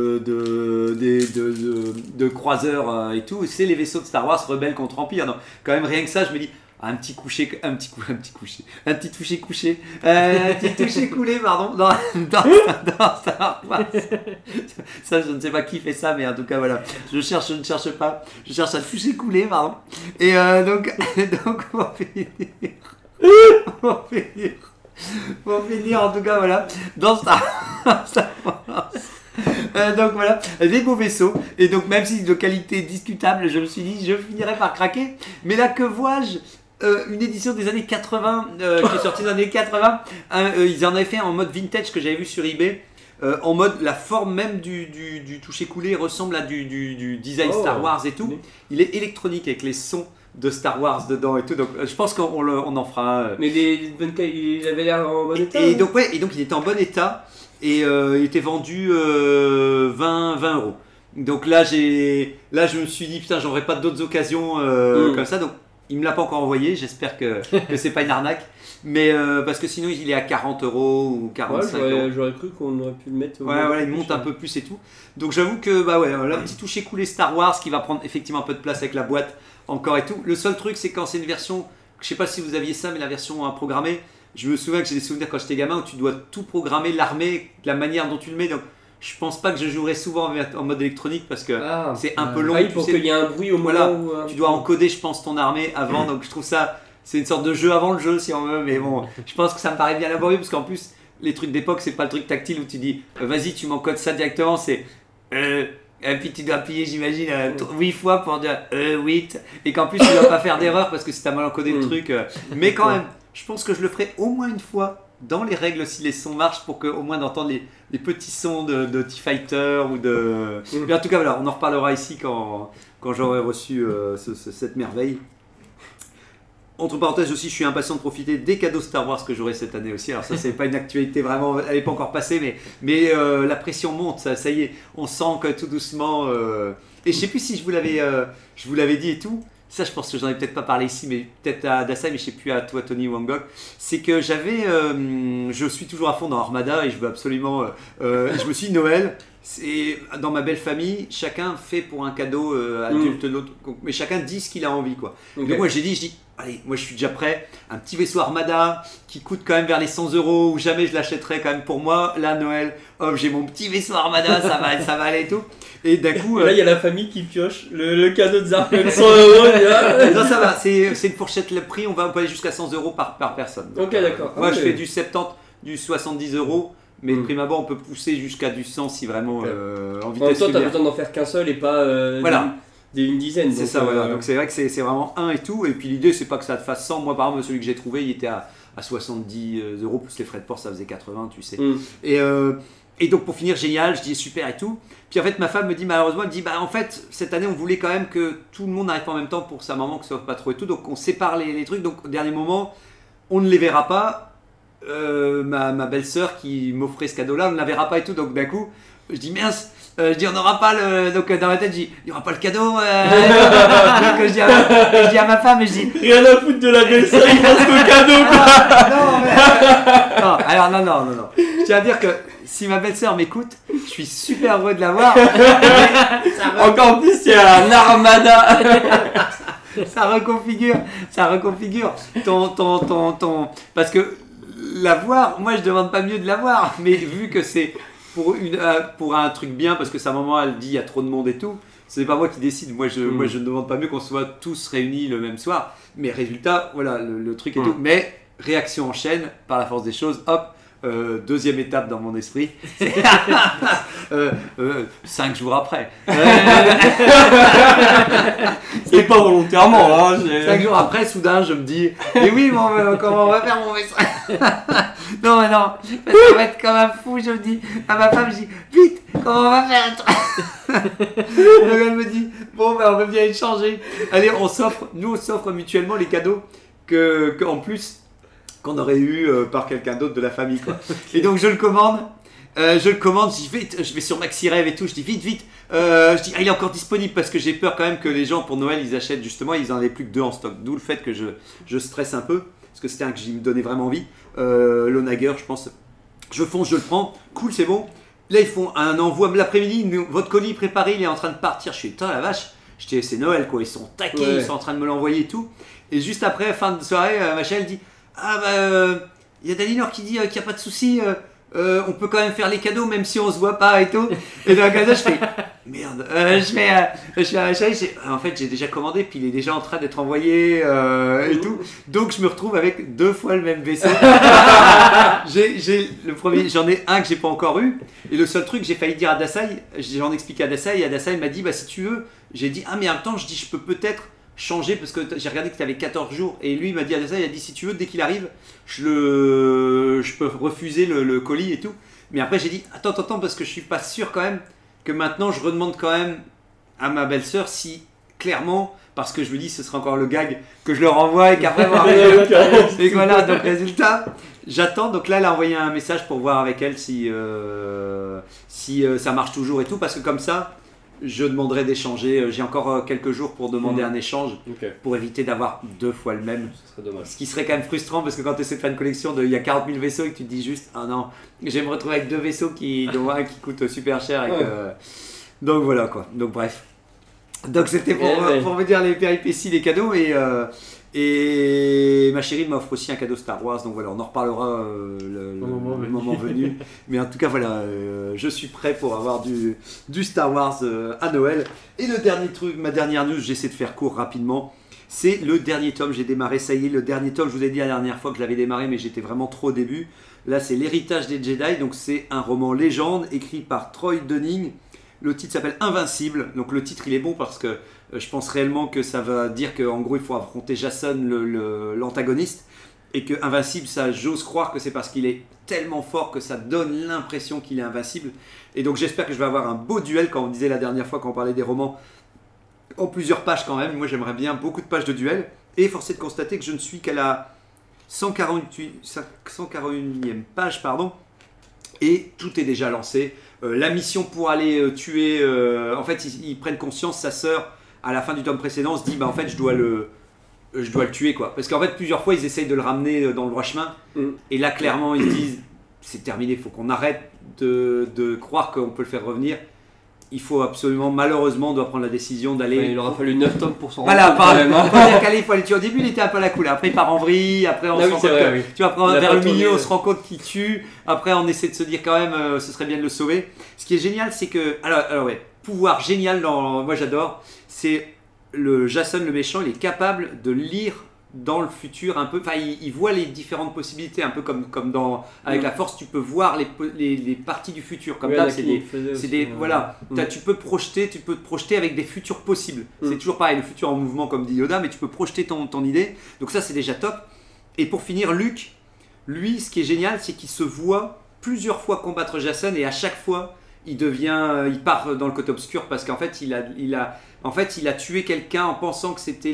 de croiseurs et tout, c'est les vaisseaux de Star Wars rebelles contre Empire. Donc, quand même, rien que ça, je me dis, un petit toucher coulé, pardon, dans Star Wars. Ça, je ne sais pas qui fait ça, mais en tout cas, voilà. Je ne cherche un toucher coulé, pardon. Et donc, pour finir, en tout cas, voilà, dans Star Wars. Donc voilà, des beaux vaisseaux. Et donc, même si de qualité discutable, je me suis dit, je finirais par craquer. Mais là, que vois-je? Une édition des années 80 qui est sortie dans les années 80. Ils en avaient fait en mode vintage que j'avais vu sur eBay. En mode, la forme même du toucher coulé ressemble à du design Star Wars et tout. Il est électronique avec les sons de Star Wars dedans et tout. Donc je pense qu'on en fera. Mais il avait l'air en bon état. Et donc il était en bon état et il était vendu 20 €. Donc là je me suis dit putain, j'aurais pas d'autres occasions comme ça. Donc il me l'a pas encore envoyé, j'espère que c'est pas une arnaque, mais parce que sinon il est à 40 € ou 45 €. J'aurais cru qu'on aurait pu le mettre. Voilà, il monte un peu plus et tout. Donc j'avoue que là, un petit toucher coulé Star Wars qui va prendre effectivement un peu de place avec la boîte encore et tout. Le seul truc, c'est quand c'est une version, je sais pas si vous aviez ça, mais la version programmée, je me souviens que j'ai des souvenirs quand j'étais gamin où tu dois tout programmer, l'armée, de la manière dont tu le mets. Donc je pense pas que je jouerai souvent en mode électronique parce que c'est un peu long. Pour qu'il y ait un bruit au moment où tu dois encoder, je pense, ton armée avant. Donc je trouve ça, c'est une sorte de jeu avant le jeu si on veut. Mais bon, je pense que ça me paraît bien laborieux parce qu'en plus, les trucs d'époque, c'est pas le truc tactile où tu dis vas-y, tu m'encodes ça directement. C'est et puis tu dois appuyer, j'imagine, 8 fois pour dire 8. Et qu'en plus, tu dois pas faire d'erreur parce que si t'as mal encodé le truc. Mais quand même, je pense que je le ferai au moins une fois. Dans les règles, si les sons marchent, pour au moins d'entendre les petits sons de T-Fighter ou de... Mais en tout cas, voilà, on en reparlera ici quand j'aurai reçu cette merveille. Entre parenthèses aussi, je suis impatient de profiter des cadeaux Star Wars que j'aurai cette année aussi. Alors ça, c'est pas une actualité vraiment, elle n'est pas encore passée, mais la pression monte, ça y est, on sent que tout doucement... Et je sais plus si je vous l'avais dit et tout. Ça, je pense que j'en ai peut-être pas parlé ici, mais peut-être à Dasai, mais je sais plus à toi, Tony ou Wangok. C'est que je suis toujours à fond dans Armada et je veux absolument. Je me suis dit Noël. C'est dans ma belle famille, chacun fait pour un cadeau adulte l'autre, mais chacun dit ce qu'il a envie quoi. Okay. Donc moi je dis allez, moi je suis déjà prêt, un petit vaisseau Armada qui coûte quand même vers les 100 €, ou jamais je l'achèterais quand même pour moi. Là Noël, hop, j'ai mon petit vaisseau Armada, ça va aller et tout. Et d'un coup là il y a la famille qui pioche le cadeau de Zarpen 100 €. Non ça va, c'est une fourchette, le prix, on peut aller jusqu'à 100 € par personne. Donc, ok d'accord. Moi je fais du 70, du 70 €. Mais de prime abord, on peut pousser jusqu'à du 100 si vraiment en vitesse. En même temps, t'as besoin d'en faire qu'un seul et pas une dizaine. C'est ça, voilà. Donc c'est vrai que c'est vraiment un et tout. Et puis l'idée, c'est pas que ça te fasse 100. Moi, par exemple, celui que j'ai trouvé, il était à 70 € plus les frais de port, ça faisait 80, tu sais. Et donc pour finir, génial, je dis super et tout. Puis en fait, ma femme me dit malheureusement, elle dit en fait, cette année, on voulait quand même que tout le monde n'arrive pas en même temps pour sa maman, que ça ne soit pas trop et tout. Donc on sépare les trucs. Donc au dernier moment, on ne les verra pas. Ma belle-sœur qui m'offrait ce cadeau-là, on ne la verra pas et tout, donc d'un coup, je dis mince, je dis on n'aura pas le. Donc dans ma tête, je dis il n'y aura pas le cadeau. Donc je dis à ma femme, et je dis rien à foutre de la belle-sœur, il passe le cadeau quoi. Non, alors non. Je tiens à dire que si ma belle-sœur m'écoute, je suis super heureux de l'avoir. Encore plus, c'est un Armada. Ça reconfigure ton. Parce que l'avoir, moi je demande pas mieux de l'avoir, mais vu que c'est pour un truc bien, parce que sa maman elle dit il y a trop de monde et tout, c'est pas moi qui décide. Moi je ne demande pas mieux qu'on soit tous réunis le même soir, mais résultat, voilà le truc et tout. Mais réaction en chaîne, par la force des choses, hop, deuxième étape dans mon esprit. 5 jours après. Et pas volontairement. 5 jours après, soudain, je me dis mais oui, comment on va faire mon vaisseau? Non, mais non, ça va être comme un fou. Je me dis à ma femme, je dis vite, comment on va faire? Donc elle me dit bon, on veut bien échanger. Allez, on s'offre mutuellement les cadeaux que en plus qu'on aurait eu par quelqu'un d'autre de la famille, quoi. Et donc je le commande, je dis vite, je vais sur MaxiRêve et tout, je dis vite, je dis il est encore disponible parce que j'ai peur quand même que les gens pour Noël ils achètent justement, ils en avaient plus que 2 en stock, d'où le fait que je stresse un peu parce que c'était un qui me donnait vraiment envie. L'Onager, je pense, je fonce, je le prends, cool, c'est bon. Là ils font un envoi l'après-midi, votre colis préparé, il est en train de partir. Je suis putain la vache, je dis c'est Noël quoi, ils sont taqués, ouais. Ils sont en train de me l'envoyer et tout. Et juste après, fin de soirée, machin, elle dit ah bah y a Dalinor qui dit qu'il n'y a pas de souci, on peut quand même faire les cadeaux même si on se voit pas et tout. Et donc là je fais merde, je fais en fait j'ai déjà commandé puis il est déjà en train d'être envoyé et tout. Donc je me retrouve avec 2 fois le même vaisseau. J'ai le premier, j'en ai un que j'ai pas encore eu et le seul truc j'ai failli dire à Dasai, j'en ai expliqué à Dasai et à Dasai il m'a dit bah si tu veux, j'ai dit ah mais attends, je dis je peux peut-être changer parce que j'ai regardé que tu avais 14 jours et lui il m'a dit à ça, il a dit si tu veux dès qu'il arrive je peux refuser le colis et tout, mais après j'ai dit attends parce que je suis pas sûr quand même que maintenant je redemande quand même à ma belle-sœur si clairement, parce que je me dis ce sera encore le gag que je le renvoie et qu'après et voilà, donc résultat j'attends, donc là elle a envoyé un message pour voir avec elle si ça marche toujours et tout, parce que comme ça je demanderai d'échanger. J'ai encore quelques jours pour demander un échange, pour éviter d'avoir 2 fois le même. Ce serait dommage. Ce qui serait quand même frustrant parce que quand tu essaies de faire une collection il y a 40 000 vaisseaux et que tu te dis juste ah non, je vais me retrouver avec 2 vaisseaux dont un qui coûte super cher. Et donc voilà quoi. Donc bref. Donc c'était pour vous dire les péripéties, les cadeaux et ma chérie m'offre aussi un cadeau Star Wars, donc voilà, on en reparlera le moment venu. Mais en tout cas voilà, je suis prêt pour avoir du Star Wars à Noël. Et le dernier truc, ma dernière news, j'essaie de faire court rapidement, c'est le dernier tome, j'ai démarré, ça y est, le dernier tome, je vous ai dit la dernière fois que je l'avais démarré mais j'étais vraiment trop au début. Là c'est l'héritage des Jedi, donc c'est un roman légende écrit par Troy Dunning. Le titre s'appelle Invincible, donc le titre il est bon parce que je pense réellement que ça va dire qu'en gros il faut affronter Jacen l'antagoniste, et que Invincible, ça j'ose croire que c'est parce qu'il est tellement fort que ça donne l'impression qu'il est invincible. Et donc j'espère que je vais avoir un beau duel, quand on disait la dernière fois quand on parlait des romans, en plusieurs pages quand même. Moi j'aimerais bien beaucoup de pages de duel, et force est de constater que je ne suis qu'à la 141e page, et tout est déjà lancé. La mission pour aller tuer, en fait ils prennent conscience, sa sœur à la fin du tome précédent se dit bah en fait je dois le tuer quoi, parce qu'en fait plusieurs fois ils essayent de le ramener dans le droit chemin, et là clairement ils se disent c'est terminé, il faut qu'on arrête de croire qu'on peut le faire revenir. Il faut absolument, malheureusement, on doit prendre la décision d'aller. Il aura fallu 9 tomes pour s'en rendre compte. Voilà, il faut aller tuer. Au début, il était un peu à la couleur. Après, il part en vrille. Après, on se rend compte que, tu vois, vers le milieu, on se rend compte qu'il tue. Après, on essaie de se dire quand même, ce serait bien de le sauver. Ce qui est génial, c'est que, alors ouais, pouvoir génial moi j'adore, c'est le Jacen le méchant, il est capable de lire dans le futur un peu, enfin il voit les différentes possibilités, un peu comme avec la force tu peux voir les parties du futur, comme là c'est des voilà, tu peux te projeter avec des futurs possibles. C'est toujours pareil, le futur en mouvement comme dit Yoda, mais tu peux projeter ton idée, donc ça c'est déjà top. Et pour finir, Luke, lui ce qui est génial, c'est qu'il se voit plusieurs fois combattre Jacen, et à chaque fois il part dans le côté obscur, parce qu'en fait il a tué quelqu'un en pensant que c'était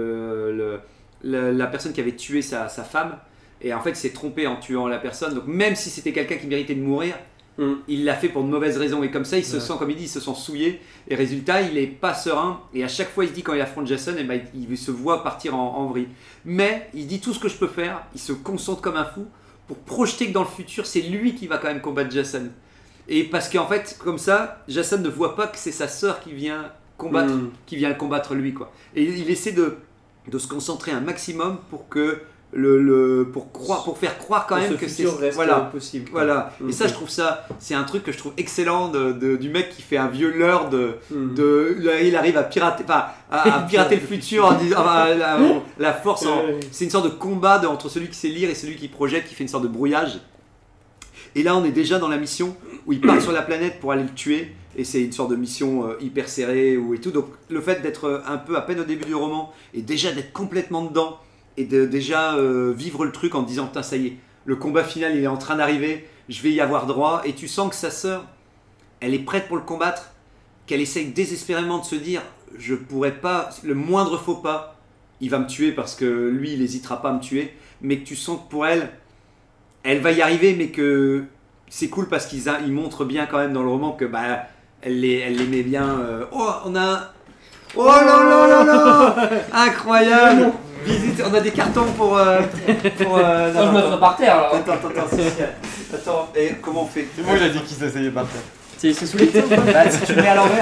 la personne qui avait tué sa femme, et en fait il s'est trompé en tuant la personne, donc même si c'était quelqu'un qui méritait de mourir, il l'a fait pour de mauvaises raisons, et comme ça il se sent, comme il dit, il se sent souillé, et résultat il est pas serein, et à chaque fois il se dit quand il affronte Jacen, et ben, il se voit partir en vrille, mais il dit tout ce que je peux faire, il se concentre comme un fou pour projeter que dans le futur c'est lui qui va quand même combattre Jacen, et parce qu'en fait comme ça Jacen ne voit pas que c'est sa sœur qui vient le combattre lui quoi, et il essaie de se concentrer un maximum pour que pour faire croire quand même que c'est possible. Voilà. Et ça, je trouve ça, c'est un truc que je trouve excellent du mec qui fait un vieux leurre il arrive à pirater, le futur en disant la force. C'est une sorte de combat entre celui qui sait lire et celui qui projette, qui fait une sorte de brouillage. Et là, on est déjà dans la mission où il part sur la planète pour aller le tuer. Et c'est une sorte de mission hyper serrée et tout. Donc le fait d'être un peu à peine au début du roman et déjà d'être complètement dedans et de déjà vivre le truc en disant putain ça y est, le combat final il est en train d'arriver, je vais y avoir droit. Et tu sens que sa sœur, elle est prête pour le combattre, qu'elle essaye désespérément de se dire je pourrais pas, le moindre faux pas, il va me tuer parce que lui il hésitera pas à me tuer. Mais que tu sens que pour elle, elle va y arriver mais que c'est cool parce qu'ils montrent bien quand même dans le roman que bah elle l'aimait bien. Oh, on a. Oh là là là là, incroyable. Visite, on a des cartons pour. Non, je me ferai par terre alors. Attends, et comment on fait? C'est moi qui ai dit qu'il s'asseyait par terre. C'est sous les pieds. Bah, si tu le mets à l'envers.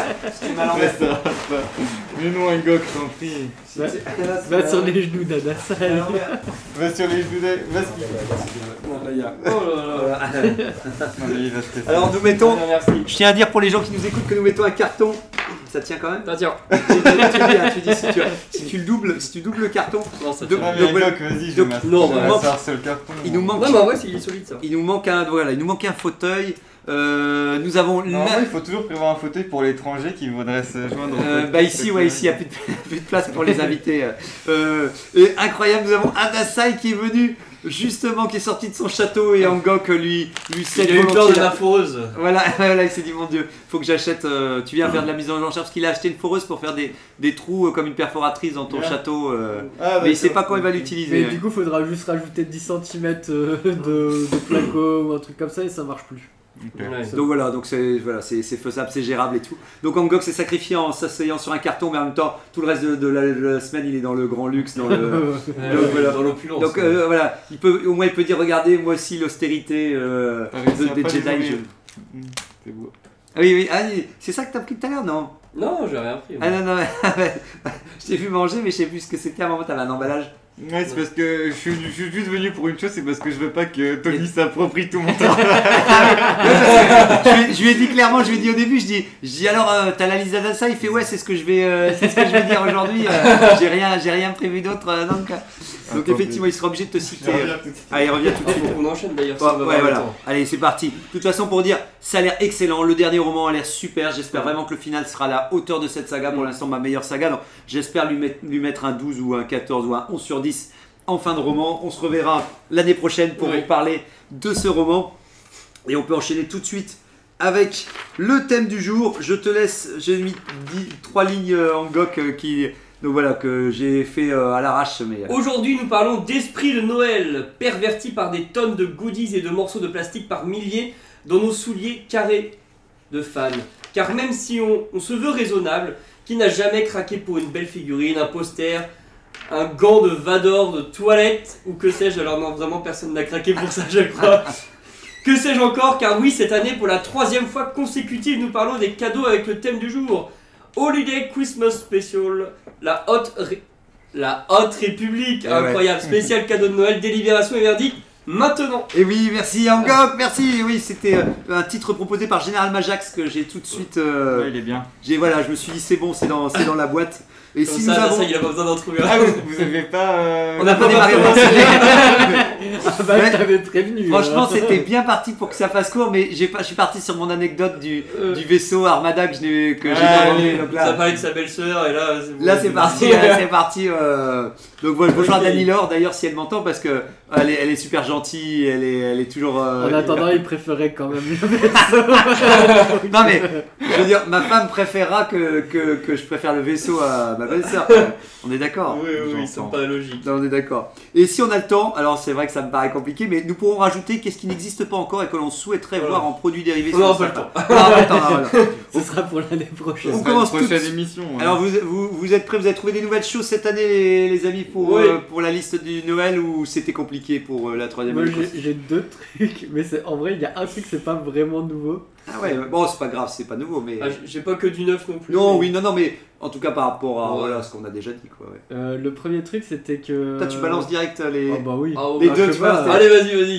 Mais non, un gars, je t'en prie. Va sur les genoux d'Adassa. Va sur les genoux d'Adassa. Oh là là. Alors nous mettons. Merci. Je tiens à dire pour les gens qui nous écoutent que nous mettons un carton. Ça tient quand même. Tiens. Tu dis si tu doubles le carton. Non, ça Ah, mais Gok, vas-y, je vais m'asseoir sur le carton. Il nous manque. Non, mais en vrai, il est solide ça. Il nous manque un fauteuil. Nous avons. Il faut toujours prévoir un fauteuil pour l'étranger qui voudrait se joindre. Ici, il n'y a plus de place pour les invités. Et incroyable, nous avons Adasai qui est venu, justement, qui est sorti de son château et Angok lui cède. Il a eu peur de la foreuse. Voilà, il s'est dit mon Dieu, faut que j'achète. Tu viens faire de la mise en enchère parce qu'il a acheté une foreuse pour faire des trous comme une perforatrice dans ton château. Mais il sait pas quand il va l'utiliser. Mais du coup, il faudra juste rajouter 10 cm de placo ou un truc comme ça et ça marche plus. Okay. Ouais. Donc voilà, c'est faisable, c'est gérable et tout. Donc Angok s'est sacrifié en s'asseyant sur un carton, mais en même temps, tout le reste de la semaine, il est dans le grand luxe, dans l'opulence. Donc voilà, au moins il peut dire regardez, moi aussi l'austérité des Jedi. C'est beau. Oui, c'est ça que t'as pris tout à l'heure, non? Non, j'ai rien pris. Ah non, je t'ai vu manger, mais je sais plus ce que c'était. À un moment, t'avais un emballage. Ouais, c'est parce que je suis juste venu pour une chose, c'est parce que je veux pas que Tony s'approprie tout mon temps. Je lui ai dit clairement, je lui ai dit au début, je dis alors t'as la liste d'Adassa, il fait ouais c'est ce que je vais dire aujourd'hui, j'ai rien prévu d'autre donc effectivement il sera obligé de te citer. Il revient tout de suite. On enchaîne d'ailleurs. Ouais, voilà. Allez c'est parti. De toute façon pour dire, ça a l'air excellent, le dernier roman a l'air super, j'espère vraiment que le final sera à la hauteur de cette saga, pour l'instant ma meilleure saga, donc j'espère lui mettre un 12 ou un 14 ou un 11 sur 10 en fin de roman. On se reverra l'année prochaine pour vous parler de ce roman. Et on peut enchaîner tout de suite avec le thème du jour. Je te laisse, j'ai mis 3 lignes en Gok donc voilà, que j'ai fait à l'arrache. Aujourd'hui, nous parlons d'esprit de Noël, perverti par des tonnes de goodies et de morceaux de plastique par milliers dans nos souliers carrés de fans. Car même si on se veut raisonnable, qui n'a jamais craqué pour une belle figurine, un poster, un gant de Vador de toilette, ou que sais-je, alors non, vraiment personne n'a craqué pour ça, je crois. Que sais-je encore, car oui, cette année, pour la 3e fois consécutive, nous parlons des cadeaux avec le thème du jour. Holiday Christmas Special, la Haute République, incroyable, spécial cadeau de Noël, délibération et verdict, maintenant. Et oui, merci Angok, merci. Oui, c'était un titre proposé par Général Majax que j'ai tout de suite. Ouais, il est bien. Je me suis dit c'est bon, c'est dans la boîte. Et comme si ça, nous avons... ça, il a pas besoin d'en trouver un. Ah, vous avez pas. On n'a pas démarré le je t'avais prévenu. Franchement, c'était bien parti pour que ça fasse court, mais je suis parti sur mon anecdote du vaisseau Armada que j'ai demandé. Ça parlait de sa belle-sœur et là, c'est bon. Là, c'est parti. C'est parti. Donc voilà, bonjour à Dani Laure d'ailleurs si elle m'entend parce que elle est super gentille, elle est toujours. En attendant, il préférait quand même le vaisseau. Non mais, je veux dire, ma femme préférera que je préfère le vaisseau à ma belle-sœur. On est d'accord? Oui, ils sont pas logiques. Non, on est d'accord. Et si on a le temps, alors c'est vrai que ça me paraît compliqué, mais nous pourrons rajouter qu'est-ce qui n'existe pas encore et que l'on souhaiterait voir en produits dérivés. On n'aura pas le temps. Ce sera pour l'année prochaine. On commence une prochaine émission. Alors vous êtes prêts? Vous avez trouvé des nouvelles choses cette année, les amis, pour la liste du Noël, ou c'était compliqué pour la 3e année? Moi j'ai 2 trucs, mais en vrai il y a un truc c'est pas vraiment nouveau. Ah ouais, bon c'est pas grave, c'est pas nouveau, mais... j'ai pas que du neuf non plus. Non, mais en tout cas par rapport à ce qu'on a déjà dit quoi. Le premier truc c'était que... Toi tu balances direct les... Ah bah oui. Les deux, tu vois. Allez, vas-y.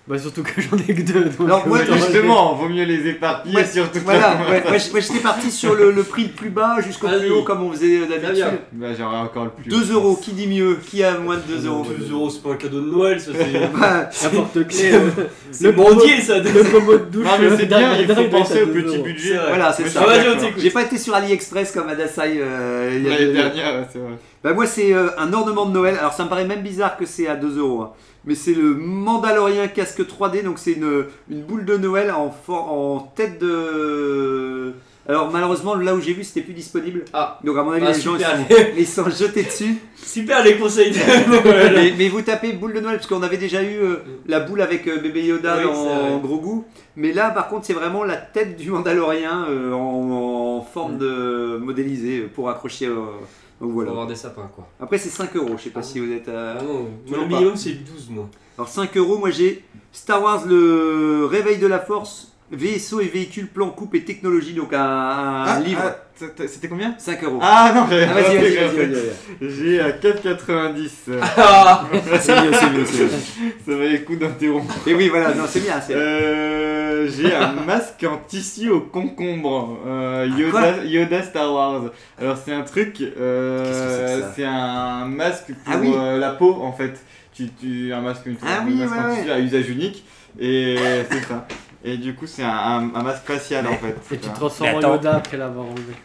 Bah surtout que j'en ai que 2. Donc Alors, moi, Justement, vaut mieux les éparpiller sur toute Voilà, la ouais, moi j'étais parti sur le prix le plus bas jusqu'au plus haut comme on faisait d'habitude. Bah j'aurais encore le plus 2 euros, qui dit mieux? Qui a moins de 2 euros? 2 euros, c'est pas un cadeau de Noël, ça c'est. Bah, la porte-clés, Le bandier, ça. le pommeau de douche. Non mais c'est bien, il faut doit penser être au à 2 petit euros. budget. Voilà, c'est Moi, ça. je suis Vas-y, on d'accord. t'écoute. j'ai pas été sur AliExpress comme Adasai il y a L'année deux- dernière, ouais, c'est vrai. Bah moi c'est un ornement de Noël, alors ça me paraît même bizarre que c'est à 2 euros, hein. Mais c'est le Mandalorian casque 3D, donc c'est une boule de Noël en tête de... Alors malheureusement là où j'ai vu c'était plus disponible, Ah, donc à mon avis Ah, les gens super. ils sont jetés dessus. super les conseils de Noël. mais vous tapez boule de Noël parce qu'on avait déjà eu la boule avec bébé Yoda Oui, c'est en vrai. gros goût, mais là par contre c'est vraiment la tête du Mandalorian en forme de modélisée pour accrocher... donc Faut voilà. avoir des sapins quoi. Après c'est 5 euros, je sais pas si vous êtes à... Ah non, moi, toujours le pas. minimum c'est 12 moi. Alors 5 euros, moi j'ai Star Wars le réveil de la force, vaisseau et véhicule, plan, coupe et technologie, donc un livre. C'était combien? 5 euros. Ah non, j'avais Ah, vas-y, raté, vas-y. J'ai à 4,90. Ah C'est mieux, c'est mieux, c'est mieux. Ça valait le coup d'interrompre. Et oui, voilà, non, c'est bien. J'ai un masque en tissu au concombre. Quoi Yoda Star Wars. Alors c'est un truc. Qu'est-ce que c'est que ça c'est un masque pour Ah oui. la peau en fait. Un masque, Ah un oui, masque en ouais, tissu à usage unique. Et c'est ça. Et du coup c'est un masque facial en fait. Et tu te Voilà. transformes en Yoda après l'avoir enlevé.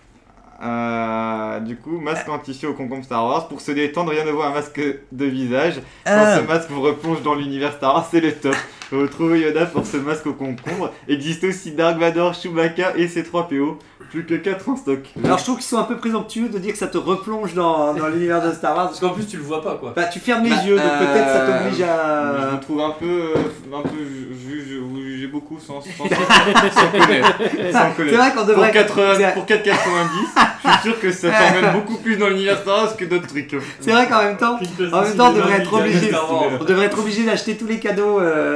Du coup, masque en tissu au concombre Star Wars. Pour se détendre, rien ne vaut un masque de visage. Quand ce masque vous replonge dans l'univers Star Wars, c'est le top. Vous retrouvez Yoda pour ce masque au concombre. Existe aussi Dark Vador, Chewbacca et C3PO. Plus que 4 en stock. Alors je trouve qu'ils sont un peu présomptueux de dire que ça te replonge dans l'univers de Star Wars. Parce qu'en plus tu le vois pas quoi. Bah tu fermes les yeux, donc peut-être ça t'oblige Je à... me trouve un peu vous jugez beaucoup sans connaître. Sans C'est connaître. vrai qu'on devrait... Pour 4,90, je suis sûr que ça t'emmène beaucoup plus dans l'univers Star Wars que d'autres trucs. C'est vrai qu'en même temps, on devrait être obligé. On devrait être obligé d'acheter tous les cadeaux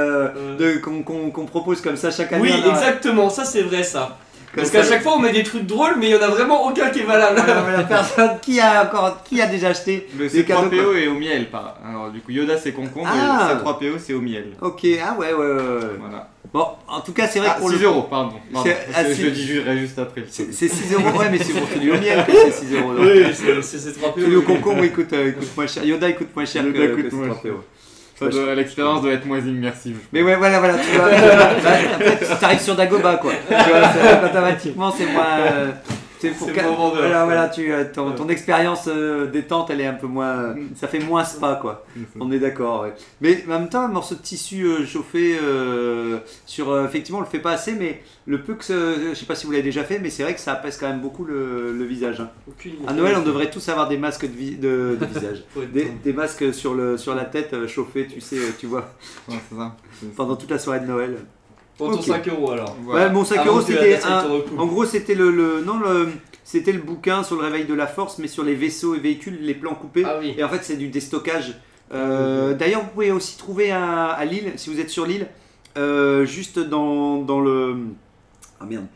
qu'on propose comme ça chaque année. Oui, On a- exactement, ça c'est vrai ça. comme Parce ça- qu'à chaque fois on met des trucs drôles, mais il y en a vraiment aucun qui est valable. Voilà, personne qui a déjà acheté Le des cadeaux. C3PO est au miel. Alors du coup Yoda c'est concombre Ah. et le C3PO c'est au miel. Ok, ah ouais. Voilà. Bon, en tout cas, c'est vrai Ah, que pour 6 le. euros, pardon. C'est- Parce que ah, je le dirai juste après. C'est 6 euros, ouais, mais c'est pour celui au miel que c'est 6 euros. donc. Oui, c'est 3 PO. Celui au concombre il coûte moins cher. Yoda il coûte moins cher Yoda que coûte moins C3PO. L'expérience doit être moins immersive. Mais ouais, voilà, tu vois. Après, tu t'arrives sur Dagobah, quoi. Tu vois, automatiquement, c'est moins. C'est pour C'est moins vendeur. voilà, ton expérience détente, elle est un peu moins. Ça fait moins spa, quoi. On est d'accord, ouais. Mais en même temps, un morceau de tissu chauffé effectivement, on le fait pas assez, mais le peu que je sais pas si vous l'avez déjà fait, mais c'est vrai que ça apaise quand même beaucoup le visage. Hein. À Noël, on devrait tous avoir des masques de visage. Des masques sur la tête chauffés, tu sais, tu vois, Ouais, c'est ça. pendant toute la soirée de Noël. Pour ton Ok. 5 euros alors. Voilà. Ouais, mon 5 Avant euros, que la c'était personne te recoupe. en gros, c'était c'était le bouquin sur le réveil de la force, mais sur les vaisseaux et véhicules, les plans coupés. Ah oui. Et en fait, c'est du déstockage. D'ailleurs, vous pouvez aussi trouver à Lille, si vous êtes sur Lille, juste dans le... Ah merde.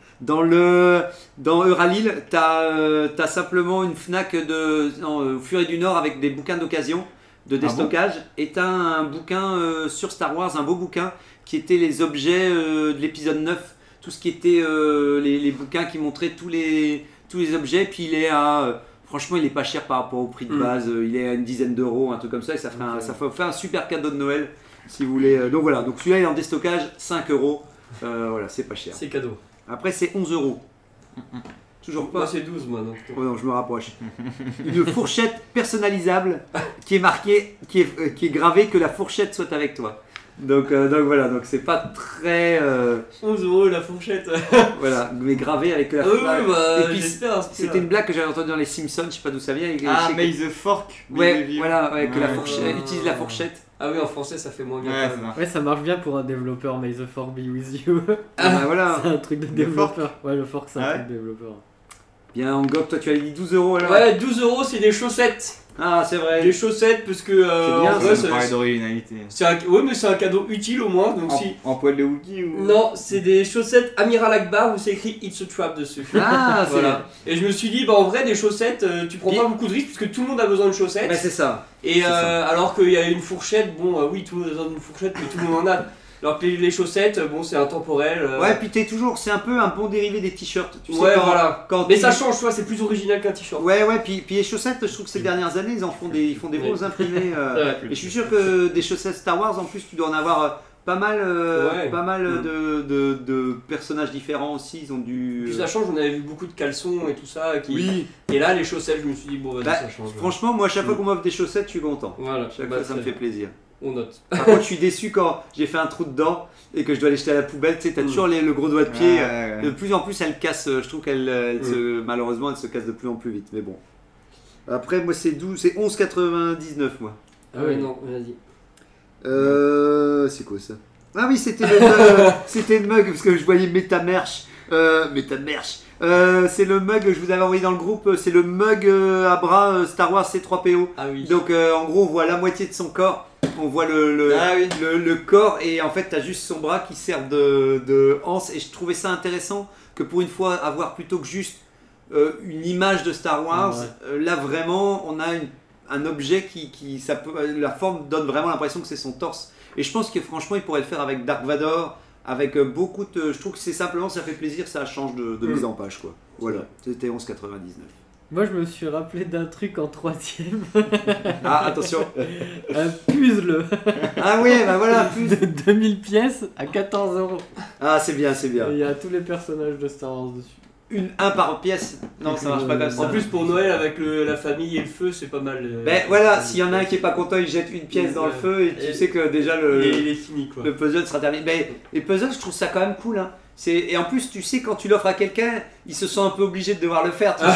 Dans Euralille, t'as simplement une Fnac au Furet du Nord avec des bouquins d'occasion de déstockage. Et t'as un bouquin sur Star Wars, un beau bouquin, qui était les objets de l'épisode 9. Tout ce qui était les bouquins qui montraient tous les objets. Puis il est à... franchement, il est pas cher par rapport au prix de base. Il est à une dizaine d'euros, un truc comme ça. Et ça fait un super cadeau de Noël, si vous voulez. Donc voilà, donc celui-là il est en déstockage, 5 euros. Voilà, c'est pas cher. C'est cadeau. Après, c'est 11 euros. Toujours pas. Moi c'est 12 moi donc. Oh non, je me rapproche. Une fourchette personnalisable qui est marquée, qui est gravée que la fourchette soit avec toi. Donc voilà, donc c'est pas très 11 euros la fourchette. voilà, mais gravé avec la Ah oui, fourchette. bah Et puis, j'espère. c'était une blague que j'avais entendue dans les Simpsons, je sais pas d'où ça vient. et Ah, je sais que- May the Fork. Ouais, voilà, ouais, que la Ouais. fourchette utilise la fourchette. Ah oui, en français ça fait moins bien. Ouais, quand c'est même. ça. Ouais, ça marche bien pour un développeur. May the fork be with you. Ah, bah, voilà. C'est un truc de Le développeur. Ouais, le fork, c'est un Ah truc de développeur. Bien, en gob, toi tu as dit 12 euros alors. Ouais, 12 euros c'est des chaussettes. Ah, c'est vrai. Des chaussettes parce que C'est bien, en vrai, Ça me paraît c'est d'originalité. ouais, mais c'est un cadeau utile au moins donc si. En poil de Wookie ou. Non, c'est des chaussettes Amiral Akbar où c'est écrit It's a Trap dessus. Ah, c'est Voilà. Et je me suis dit, bah en vrai, des chaussettes, tu prends pas beaucoup de risques puisque tout le monde a besoin de chaussettes. Bah, c'est ça. Et c'est ça. alors qu'il y a une fourchette, bon, oui, tout le monde a besoin d'une fourchette, mais tout le monde en a. Alors que les chaussettes, bon, c'est intemporel. Ouais, puis c'est un peu un bon dérivé des t-shirts. Tu sais, voilà. Mais ça change, tu vois, c'est plus original qu'un t-shirt. Ouais, puis les chaussettes, je trouve que ces dernières années, ils font des bons imprimés. Et je suis sûr que des chaussettes Star Wars, en plus, tu dois en avoir pas mal de personnages différents aussi. Ils ont dû. Puis ça change, on avait vu beaucoup de caleçons et tout ça. Oui. Et là, les chaussettes, je me suis dit, bon, vas-y, ça change. Franchement, moi, chaque fois qu'on m'offre des chaussettes, je suis content. Voilà. Chaque fois, ça me fait plaisir. On note. Par contre, je suis déçu quand j'ai fait un trou dedans et que je dois les jeter à la poubelle. Tu sais, t'as toujours le gros doigt de pied. De plus en plus, elle casse. Je trouve malheureusement, elle se casse de plus en plus vite. Mais bon. Après, moi, c'est 11,99 moi. Ah ouais, non, vas-y. C'est quoi ça? Ah oui, c'était le mug parce que je voyais Metamerch. C'est le mug que je vous avais envoyé dans le groupe. C'est le mug à bras Star Wars C3PO. Ah oui. Donc en gros, on voit la moitié de son corps. On voit le corps et en fait, t'as juste son bras qui sert de anse. Et je trouvais ça intéressant que pour une fois, avoir plutôt que juste une image de Star Wars, là vraiment, on a un objet qui la forme donne vraiment l'impression que c'est son torse. Et je pense que franchement, il pourrait le faire avec Dark Vador, avec beaucoup de. Je trouve que c'est simplement, ça fait plaisir, ça change de mise en page, quoi. Voilà, c'était 11,99. Moi, je me suis rappelé d'un truc en 3ème. Ah, attention. Un puzzle. Ah oui, bah voilà, un puzzle. De 2000 pièces à 14€. Ah, c'est bien, c'est bien. Il y a tous les personnages de Star Wars dessus. Un par pièce. Non, ça marche pas comme ça. En plus, pour Noël, avec la famille et le feu, c'est pas mal. Ben voilà, s'il y en a un qui est pas content, il jette une pièce dans le feu et tu sais que déjà il est fini, quoi. Le puzzle sera terminé. Ben, les puzzles, je trouve ça quand même cool. Hein. Et en plus, tu sais, quand tu l'offres à quelqu'un, il se sent un peu obligé de devoir le faire. Tu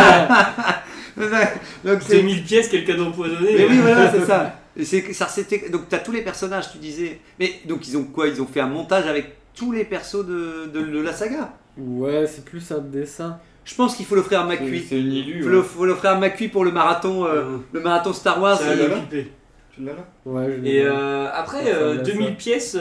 sais. Donc, c'est 1000 pièces, quelqu'un d'empoisonné. Mais oui, voilà, c'est ça. Donc tu as tous les personnages, tu disais. Mais donc ils ont quoi? Ils ont fait un montage avec tous les persos de la saga. Ouais, c'est plus un dessin. Je pense qu'il faut l'offrir à McQueen. C'est une illu. Il faut l'offrir à McQueen pour le marathon Star Wars. Tu l'as là? Ouais, je et après, 2000 pièces.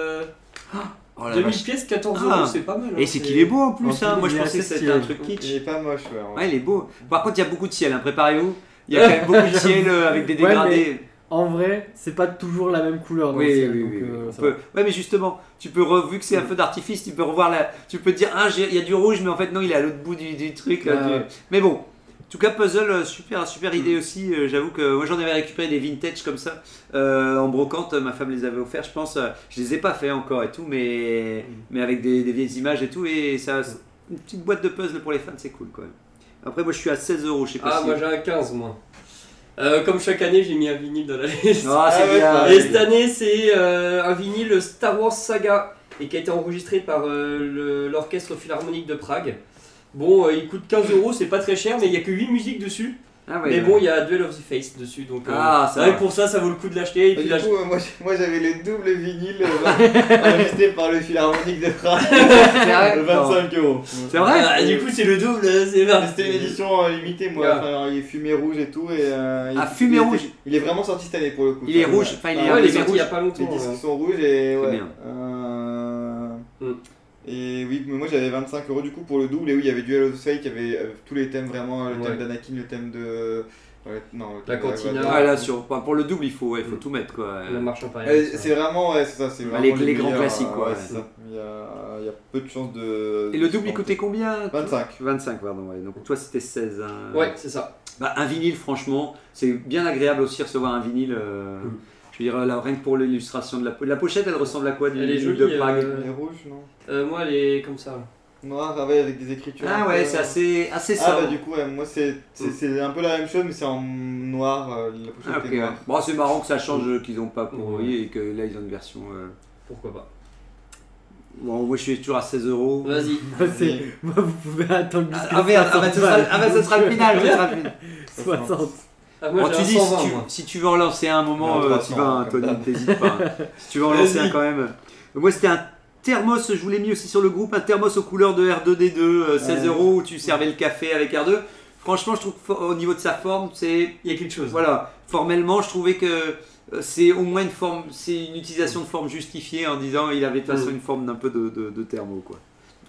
2000 pièces, 14€, c'est pas mal. Et c'est qu'il est beau en plus. Moi je pensais que c'était un truc kitsch. Il est pas moche, ouais, il est beau. Par contre, il y a beaucoup de ciel, préparez-vous. Il y a quand même beaucoup de ciel avec des dégradés. En vrai, c'est pas toujours la même couleur dans le ciel. Ouais, mais justement, tu peux vu que c'est un feu d'artifice, tu peux revoir tu peux te dire il y a du rouge, mais en fait non, il est à l'autre bout du truc. Mais bon, en tout cas, puzzle, super idée aussi. J'avoue que moi j'en avais récupéré des vintage comme ça en brocante. Ma femme les avait offerts, je pense. Je les ai pas fait encore et tout, mais avec des vieilles images et tout. Et ça, une petite boîte de puzzle pour les fans, c'est cool quand même. Après, moi je suis à 16€, je sais pas si. Moi j'ai un 15, moi. Comme chaque année, j'ai mis un vinyle dans la liste. C'est bien. Et cette année, c'est un vinyle Star Wars Saga et qui a été enregistré par l'Orchestre Philharmonique de Prague. Bon, il coûte 15€, c'est pas très cher, mais il y a que 8 musiques dessus. Mais bon, il y a Duel of the Fates dessus, donc pour ça vaut le coup de l'acheter. Et puis du coup, moi j'avais les doubles vinyles enregistrés par le Philharmonique de Prague. 25€. C'est vrai. Du coup, c'est le double. C'était une édition limitée, moi. Enfin, il est fumé rouge et tout. Fumé rouge. Il est vraiment sorti cette année pour le coup. Il est rouge. Enfin, il est sorti il y a pas longtemps. Les disques sont rouges et et oui, mais moi j'avais 25€ du coup pour le double. Et oui, il y avait Duel of the Fates, il y avait tous les thèmes vraiment, le thème d'Anakin, le thème de. La cantina. Là, pour le double, il faut tout mettre quoi. La marche impériale. C'est vraiment, c'est ça, c'est vraiment les grands classiques quoi. C'est ça. Il y a peu de chances de. Et le double il coûtait combien? 25, pardon, ouais. Donc toi c'était 16. Ouais, c'est ça. Un vinyle, franchement, c'est bien agréable aussi de recevoir un vinyle. Je veux dire, là, rien que pour l'illustration de la pochette, elle ressemble à quoi du vinyle de Prague? Elle est rouge, non? Moi, elle est comme ça. Noir avec des écritures. Ah ouais, c'est assez sobre. Bah du coup, moi c'est un peu la même chose, mais c'est en noir. La pochette est noire. Bon, c'est marrant que ça change, qu'ils n'ont pas pourri et que là ils ont une version. Pourquoi pas. Bon, moi je suis toujours à 16€. Vas-y. Moi, vous pouvez attendre jusqu'à. Ça sera le final. 60. Bon, tu dis, si tu veux en lancer un moment, tu vas, Anthony, t'hésites pas. Si tu veux en lancer un quand même. Moi, c'était un thermos, je vous l'ai mis aussi sur le groupe, un thermos aux couleurs de R2D2, 16€ où tu servais le café avec R2. Franchement, je trouve qu'au niveau de sa forme, il y a quelque chose. Voilà, formellement, je trouvais que c'est au moins c'est une utilisation de forme justifiée en disant il avait de toute façon une forme d'un peu de thermo, quoi.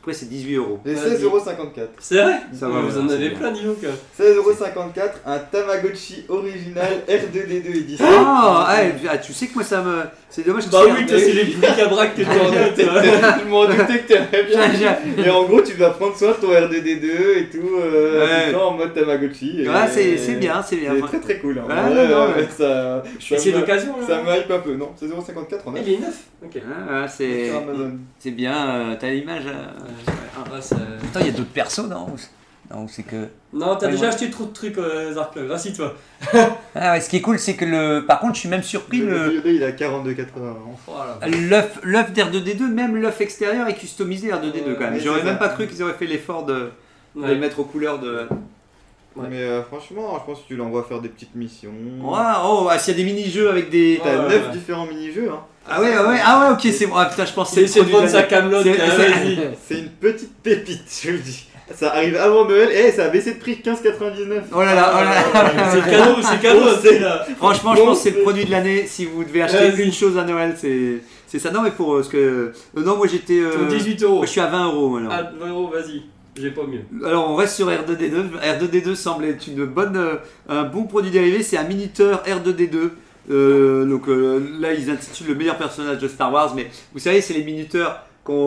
Après, c'est 18€. Et 16,54€. C'est vrai? Ça va, vous en avez plein niveau quand même. 16,54€, un Tamagotchi original R2D2 édition. Tu sais que moi ça me. C'est dommage que Bah oui, toi, c'est les bric-à-brac que tu en as. Je m'en doutais que t'aimerais bien. Et en gros, tu dois prendre soin de ton R2D2 et tout, tout le temps en mode Tamagotchi. C'est bien, c'est bien. C'est très très cool. C'est d'occasion. Ça me hype un peu, non? C'est 0,54 en Il est neuf. Ok. C'est bien, t'as l'image. Attends, il y a d'autres persos, non? Non, c'est que. Non, t'as déjà acheté trop de trucs Zarklug, rassis-toi. Ce qui est cool, c'est que par contre, je suis même surpris. Il a 42,80€. L'œuf d'R2D2, même l'œuf extérieur est customisé R2D2 quand même. J'aurais même pas cru qu'ils auraient fait l'effort de le mettre aux couleurs de. Ouais. Mais franchement, je pense que tu l'envoies faire des petites missions. S'il y a des mini-jeux avec des. T'as 9 différents mini-jeux. Hein. Ah ouais, ok, c'est bon. Putain, je pense que c'est le produit de sa Camelot. C'est une petite pépite, je le dis. Ça arrive avant Noël et ça a baissé de prix 15,99€. Oh là là. C'est cadeau. Franchement, je pense que c'est le produit de l'année. Si vous devez acheter une chose à Noël, c'est ça. Non, mais pour ce que. Non, moi j'étais. 18€. Je suis à 20€ maintenant. Ah, 20€, vas-y. J'ai pas mieux. Alors on reste sur R2D2. R2D2 semble être un bon produit dérivé. C'est un Minuteur R2D2. Là ils intitulent le meilleur personnage de Star Wars, mais vous savez c'est les minuteurs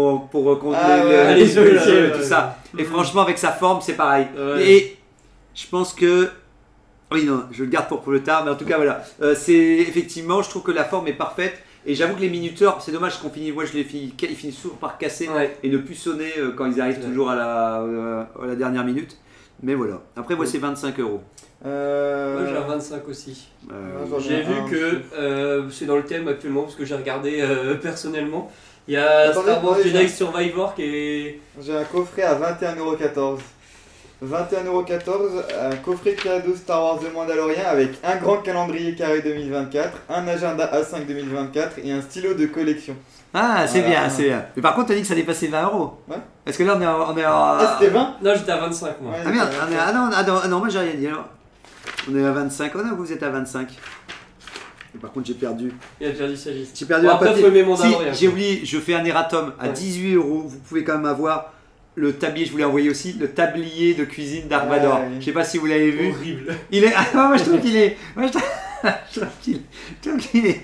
les œufs, tout ça. Et franchement avec sa forme c'est pareil. Et je pense que je le garde pour le tard, mais en tout cas voilà. C'est effectivement, je trouve que la forme est parfaite. Et j'avoue que les minuteurs, c'est dommage qu'on finisse. Moi je les finis, ils finissent souvent par casser et ne plus sonner quand ils arrivent toujours à la dernière minute. Mais voilà. Après moi c'est 25€. Moi j'ai un 25 aussi. J'ai vu que c'est dans le thème actuellement parce que j'ai regardé personnellement. Il y a Star Wars Jedi Survivor qui est. J'ai un coffret à 21,14€. 21,14€, un coffret cadeau Star Wars The Mandalorian avec un grand calendrier carré 2024, un agenda A5 2024 et un stylo de collection. C'est bien, c'est bien. Mais par contre, t'as dit que ça dépassait 20€. Ouais. Parce que là, on est c'était 20 ? Non, j'étais à 25 moi. Ah merde, non, moi j'ai rien dit alors. On est à 25, vous êtes à 25. Et par contre, j'ai perdu. Il a perdu sa liste. J'ai perdu la papier. J'ai oublié, je fais un erratum à 18€. Vous pouvez quand même avoir le tablier, je vous l'ai envoyé aussi, le tablier de cuisine Dark Vador. Je sais pas si vous l'avez vu. Horrible. Il est. Moi je trouve qu'il est. Je trouve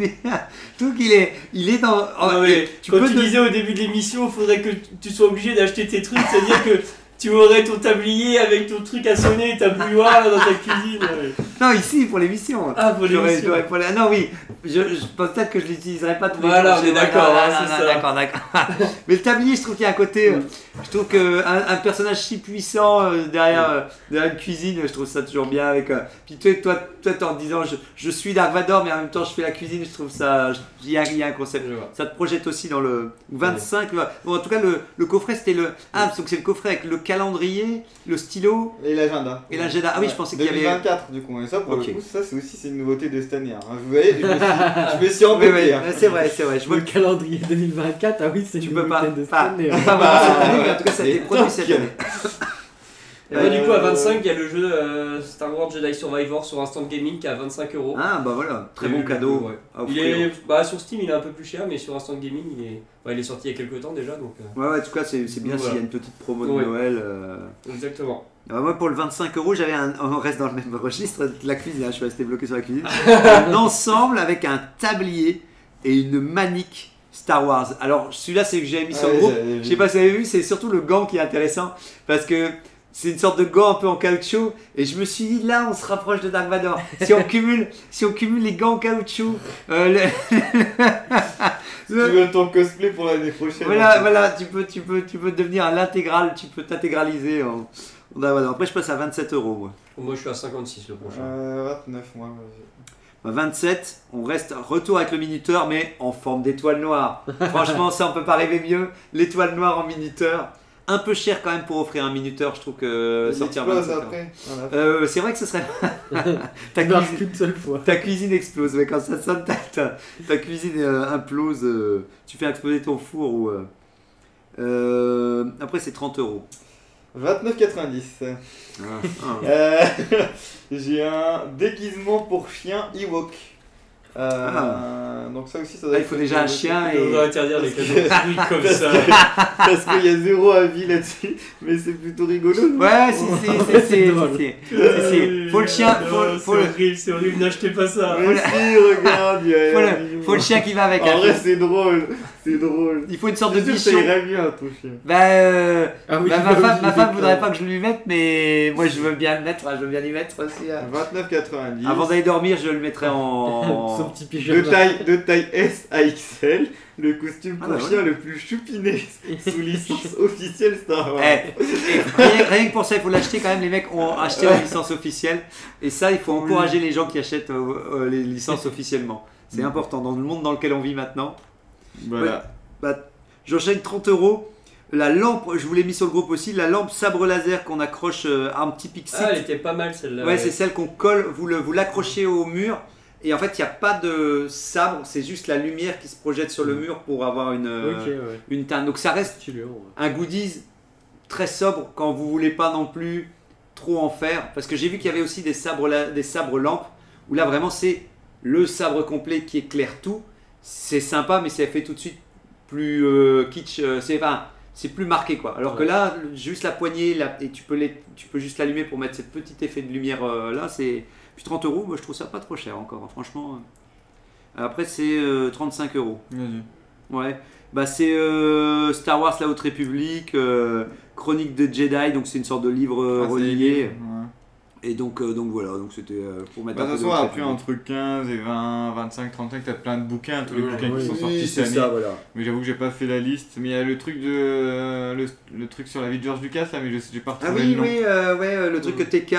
qu'il est. Il est dans. Quand tu disais au début de l'émission, il faudrait que tu sois obligé d'acheter tes trucs, c'est-à-dire que tu aurais ton tablier avec ton truc à sonner et ta bouilloire là, dans ta cuisine. Non, ici pour l'émission. Pour l'émission. Non, oui. Peut-être que je l'utiliserai pas tous les jours. Voilà, on est d'accord. D'accord. Mais le tablier, je trouve qu'il y a un côté. Je trouve qu'un personnage si puissant derrière une cuisine, je trouve ça toujours bien. Avec, puis toi, en disant je suis Dark Vador, mais en même temps je fais la cuisine, je trouve ça. Il y a un concept. Ça te projette aussi dans le 25. Bon, en tout cas, le coffret c'était le. Donc c'est le coffret avec le calendrier, le stylo. Et l'agenda. Ah oui, je pensais qu'il y avait. 2024 du coup. Et ça, pour le coup, ça c'est une nouveauté de cette année. Hein. Vous voyez, je me suis embêté. C'est vrai. Je vois le calendrier 2024. Ah oui, c'est une nouveauté de cette année. Mais en tout cas, ça a été produit cette année. Du coup, à 25, il y a le jeu Star Wars Jedi Survivor sur Instant Gaming qui est à 25€. Ah bah voilà, très bon cadeau. Il est, sur Steam, il est un peu plus cher, mais sur Instant Gaming, il est sorti il y a quelques temps déjà. Donc, Ouais, en tout cas, c'est bien s'il y a une petite promo de Noël. Exactement. Moi, pour le 25€, on reste dans le même registre, la cuisine, je suis resté bloqué sur la cuisine. Un ensemble avec un tablier et une manique Star Wars. Alors celui-là c'est que j'ai mis sur le groupe, je sais pas si vous avez vu, c'est surtout le gant qui est intéressant parce que c'est une sorte de gant un peu en caoutchouc et je me suis dit là on se rapproche de Dark Vador. Si on cumule les gants en caoutchouc, tu veux ton cosplay pour l'année prochaine. Voilà, tu peux devenir l'intégrale, tu peux t'intégraliser en Dark Vador. Après je passe à 27€ moi. Moi je suis à 56 le prochain. 29 moi. 27, on reste retour avec le minuteur mais en forme d'étoile noire. Franchement ça on peut pas rêver mieux. L'étoile noire en minuteur. Un peu cher quand même pour offrir un minuteur, je trouve que sortir 25 après. C'est vrai que ce serait. Ta cuisine explose, mais quand ça sonne, ta cuisine implose. Tu fais exploser ton four ou. Après c'est 30€. 29,90. J'ai un déguisement pour chien Ewok. Donc ça aussi, ça doit il faut déjà un chien et... On doit interdire les cadeaux pourris comme ça. Parce qu'il y a 0 avis là-dessus, mais c'est plutôt rigolo. Ouais, c'est faut le chien, c'est horrible, n'achetez pas ça. Mais si, regarde, faut le chien qui va avec. En vrai, c'est drôle. Il faut une sorte de bichon. Ça irait bien, ton chien. Ma femme voudrait pas que je lui mette, mais moi je veux bien le mettre, je veux bien lui mettre aussi. 29,90. Avant d'aller dormir, je le mettrai en... Son petit pyjama. De taille S à XL, le costume pour chien le plus choupiné sous licence officielle Star Wars. Rien que pour ça, il faut l'acheter quand même. Les mecs ont acheté la licence officielle. Et ça, il faut encourager les gens qui achètent les licences officiellement. C'est important dans le monde dans lequel on vit maintenant. Voilà. J'enchaîne 30€. La lampe, je vous l'ai mis sur le groupe aussi, la lampe sabre laser qu'on accroche à un petit pixie. Ah, elle était pas mal celle-là. Ouais, c'est celle qu'on colle, vous l'accrochez au mur. Et en fait, il n'y a pas de sabre, c'est juste la lumière qui se projette sur le mur pour avoir une teinte. Donc ça reste un goodies très sobre quand vous voulez pas non plus trop en faire. Parce que j'ai vu qu'il y avait aussi des sabres lampes, où là vraiment c'est le sabre complet qui éclaire tout. C'est sympa, mais ça fait tout de suite plus kitsch. C'est plus marqué quoi. Alors que là, juste la poignée, et tu peux juste l'allumer pour mettre ce petit effet de lumière là, c'est... Puis 30€, moi je trouve ça pas trop cher encore, franchement. Après c'est 35€. Ouais. C'est Star Wars La Haute République, Chronique de Jedi, donc c'est une sorte de livre relié. Et donc voilà, donc c'était pour mettre de toute façon, après entre 15 et 20, 25, 35, t'as plein de bouquins, tous les bouquins qui sont sortis cette année. Voilà. Mais j'avoue que j'ai pas fait la liste. Mais il y a le truc le truc sur la vie de George Lucas là, mais j'ai pas retrouvé le nom. Le truc que TK.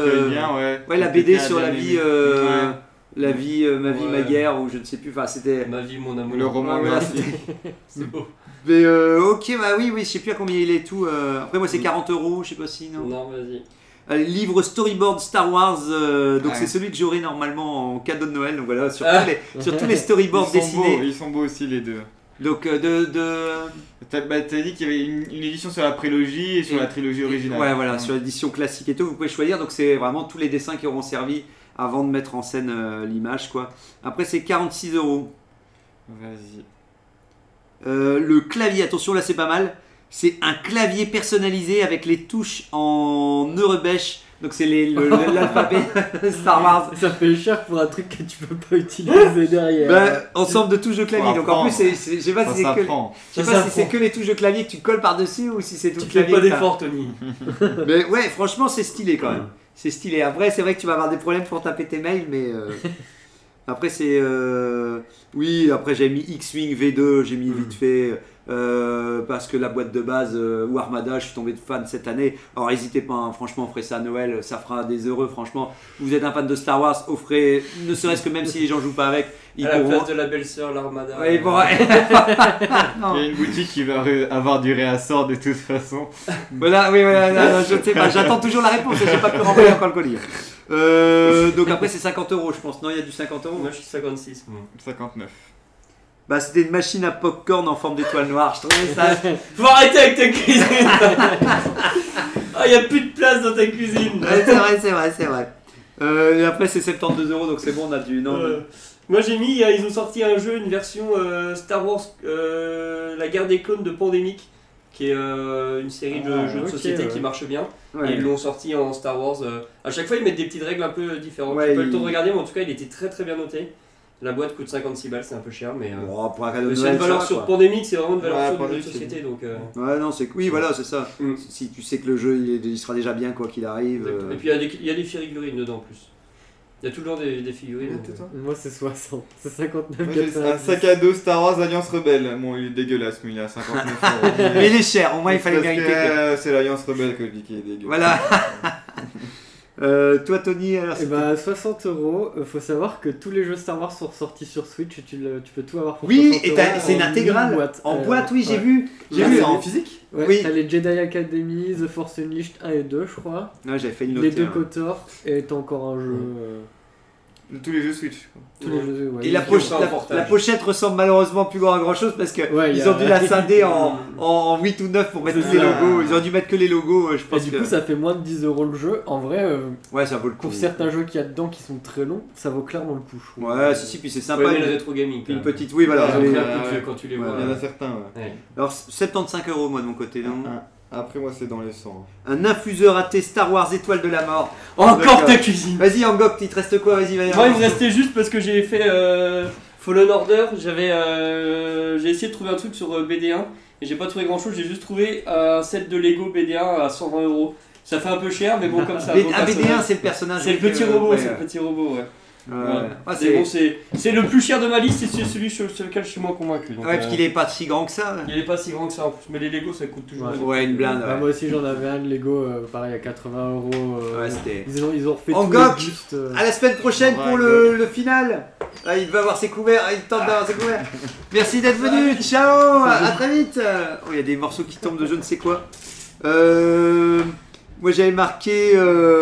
La BD sur la vie. La vie, ma vie, ma guerre, ou je ne sais plus, c'était... Ma vie, mon amour. Le roman c'est beau. Mais ok, oui, je sais plus à combien il est tout. Après moi c'est 40€, je sais pas si, non. Non, vas-y. Livre storyboard Star Wars, donc c'est celui que j'aurai normalement en cadeau de Noël, donc voilà, sur tous les storyboards dessinés. Ils sont beaux aussi les deux. Donc t'as dit qu'il y avait une édition sur la prélogie et sur la trilogie originale. Ouais, voilà, sur l'édition classique et tout, vous pouvez choisir, donc c'est vraiment tous les dessins qui auront servi avant de mettre en scène l'image quoi. Après c'est 46€. Vas-y. Le clavier, attention là c'est pas mal. C'est un clavier personnalisé avec les touches en Neurebech. Donc c'est l'alphabet Star Wars. Ça fait cher pour un truc que tu peux pas utiliser derrière. Ensemble de touches de clavier. Donc en plus, je sais pas si c'est que les touches de clavier que tu colles par-dessus ou si c'est tout le clavier. Tu fais pas d'effort, Tony. Mais ouais, franchement, c'est stylé quand même. C'est stylé. Après, c'est vrai que tu vas avoir des problèmes pour taper tes mails, mais... Après, c'est... Oui, après j'ai mis X-Wing V2, j'ai mis vite fait... parce que la boîte de base ou Armada, je suis tombé de fan cette année. Alors n'hésitez pas, hein, franchement, offrez ça à Noël, ça fera des heureux. Franchement, vous êtes un fan de Star Wars, offrez, ne serait-ce que même si les gens jouent pas avec, ils à pourront... la place de la belle-sœur, l'Armada. Ouais, bon, il y a une boutique qui va avoir du réassort de toute façon. Voilà, oui, voilà, je ne sais pas, j'attends toujours la réponse, j'ai pas pu renvoyer encore le colis. Donc après c'est 50€, je pense. Non, il y a du 50€. Moi je suis 56. 59. C'était une machine à popcorn en forme d'étoile noire. Je trouvais ça. Faut arrêter avec ta cuisine. Il y a plus de place dans ta cuisine. C'est vrai. Et après c'est 72€, donc c'est bon, on a du. Non. Moi j'ai mis, ils ont sorti un jeu, une version Star Wars, la guerre des clones de Pandémique, qui est une série de jeux de société qui marche bien. Ouais. Et ils l'ont sorti en Star Wars. À chaque fois ils mettent des petites règles un peu différentes. J'ai pas le temps de regarder, mais en tout cas il était très très bien noté. La boîte coûte 56 balles, c'est un peu cher, mais pour un cadeau de c'est Noël, une valeur sur Pandémique, c'est vraiment une valeur sur de jeu de société. Donc, ouais, non, c'est voilà, c'est ça. Si tu sais que le jeu il sera déjà bien quoi qu'il arrive. Et puis il y a des figurines dedans en plus. Il y a toujours des figurines. Moi c'est 60, c'est 59. Un sac à dos Star Wars Alliance Rebelle. Bon, il est dégueulasse, mais il est à 59€. Mais il est cher, au moins il fallait bien que c'est l'Alliance Rebelle que je dis qu'il est dégueulasse. Voilà. Toi Tony, alors 60€. Faut savoir que tous les jeux Star Wars sont sortis sur Switch et tu peux tout avoir pour 60€. Oui, et c'est une intégrale. En boîte, oui, j'ai vu. J'ai vu en physique. Ouais, oui. T'as les Jedi Academy, The Force Unleashed 1 et 2, je crois. Ouais, j'avais fait une note. Les deux KOTOR et t'as encore un jeu. Tous les jeux Switch. Tous les jeux, ouais. Et la pochette ressemble malheureusement plus à grand chose parce que ils ont dû la scinder en 8 ou 9 pour mettre tous les logos. Ils ont dû mettre que les logos, je pense. Et du coup, ça fait moins de 10 € le jeu. En vrai, ça vaut le coup. Pour certains jeux qu'il y a dedans qui sont très longs, ça vaut clairement le coup. Ouais, si, puis c'est sympa. Ouais, le rétro gaming. Une petite, oui, voilà. Quand tu les vois. Il y en a certains, Alors, 75 € moi de mon côté, non. Après, moi, c'est dans les 100. Un infuseur AT Star Wars Étoile de la Mort. Encore ta cuisine. Vas-y, Angok, il te reste quoi? Vas-y, vas-y. Moi, il me restait juste parce que j'ai fait Fallen Order. J'ai essayé de trouver un truc sur BD1 et j'ai pas trouvé grand chose. J'ai juste trouvé un set de Lego BD1 à 120 €. Ça fait un peu cher, mais bon, comme ça. BD1, c'est le personnage. C'est le petit robot, c'est le petit robot, ouais. C'est le plus cher de ma liste et c'est celui sur lequel je suis moins convaincu. Donc, parce qu'il est pas si grand que ça. Il est pas si grand que ça en plus, mais les Lego ça coûte toujours. Ouais, une blinde. Moi aussi j'en avais un de Lego, pareil à 80 €. Ils ont refait tout Angok, juste. À la semaine prochaine pour le final. Il va avoir ses couverts, il tente d'avoir ses couverts. Merci d'être venu, ciao, à très vite. Il y a des morceaux qui tombent de je ne sais quoi. Moi j'avais marqué.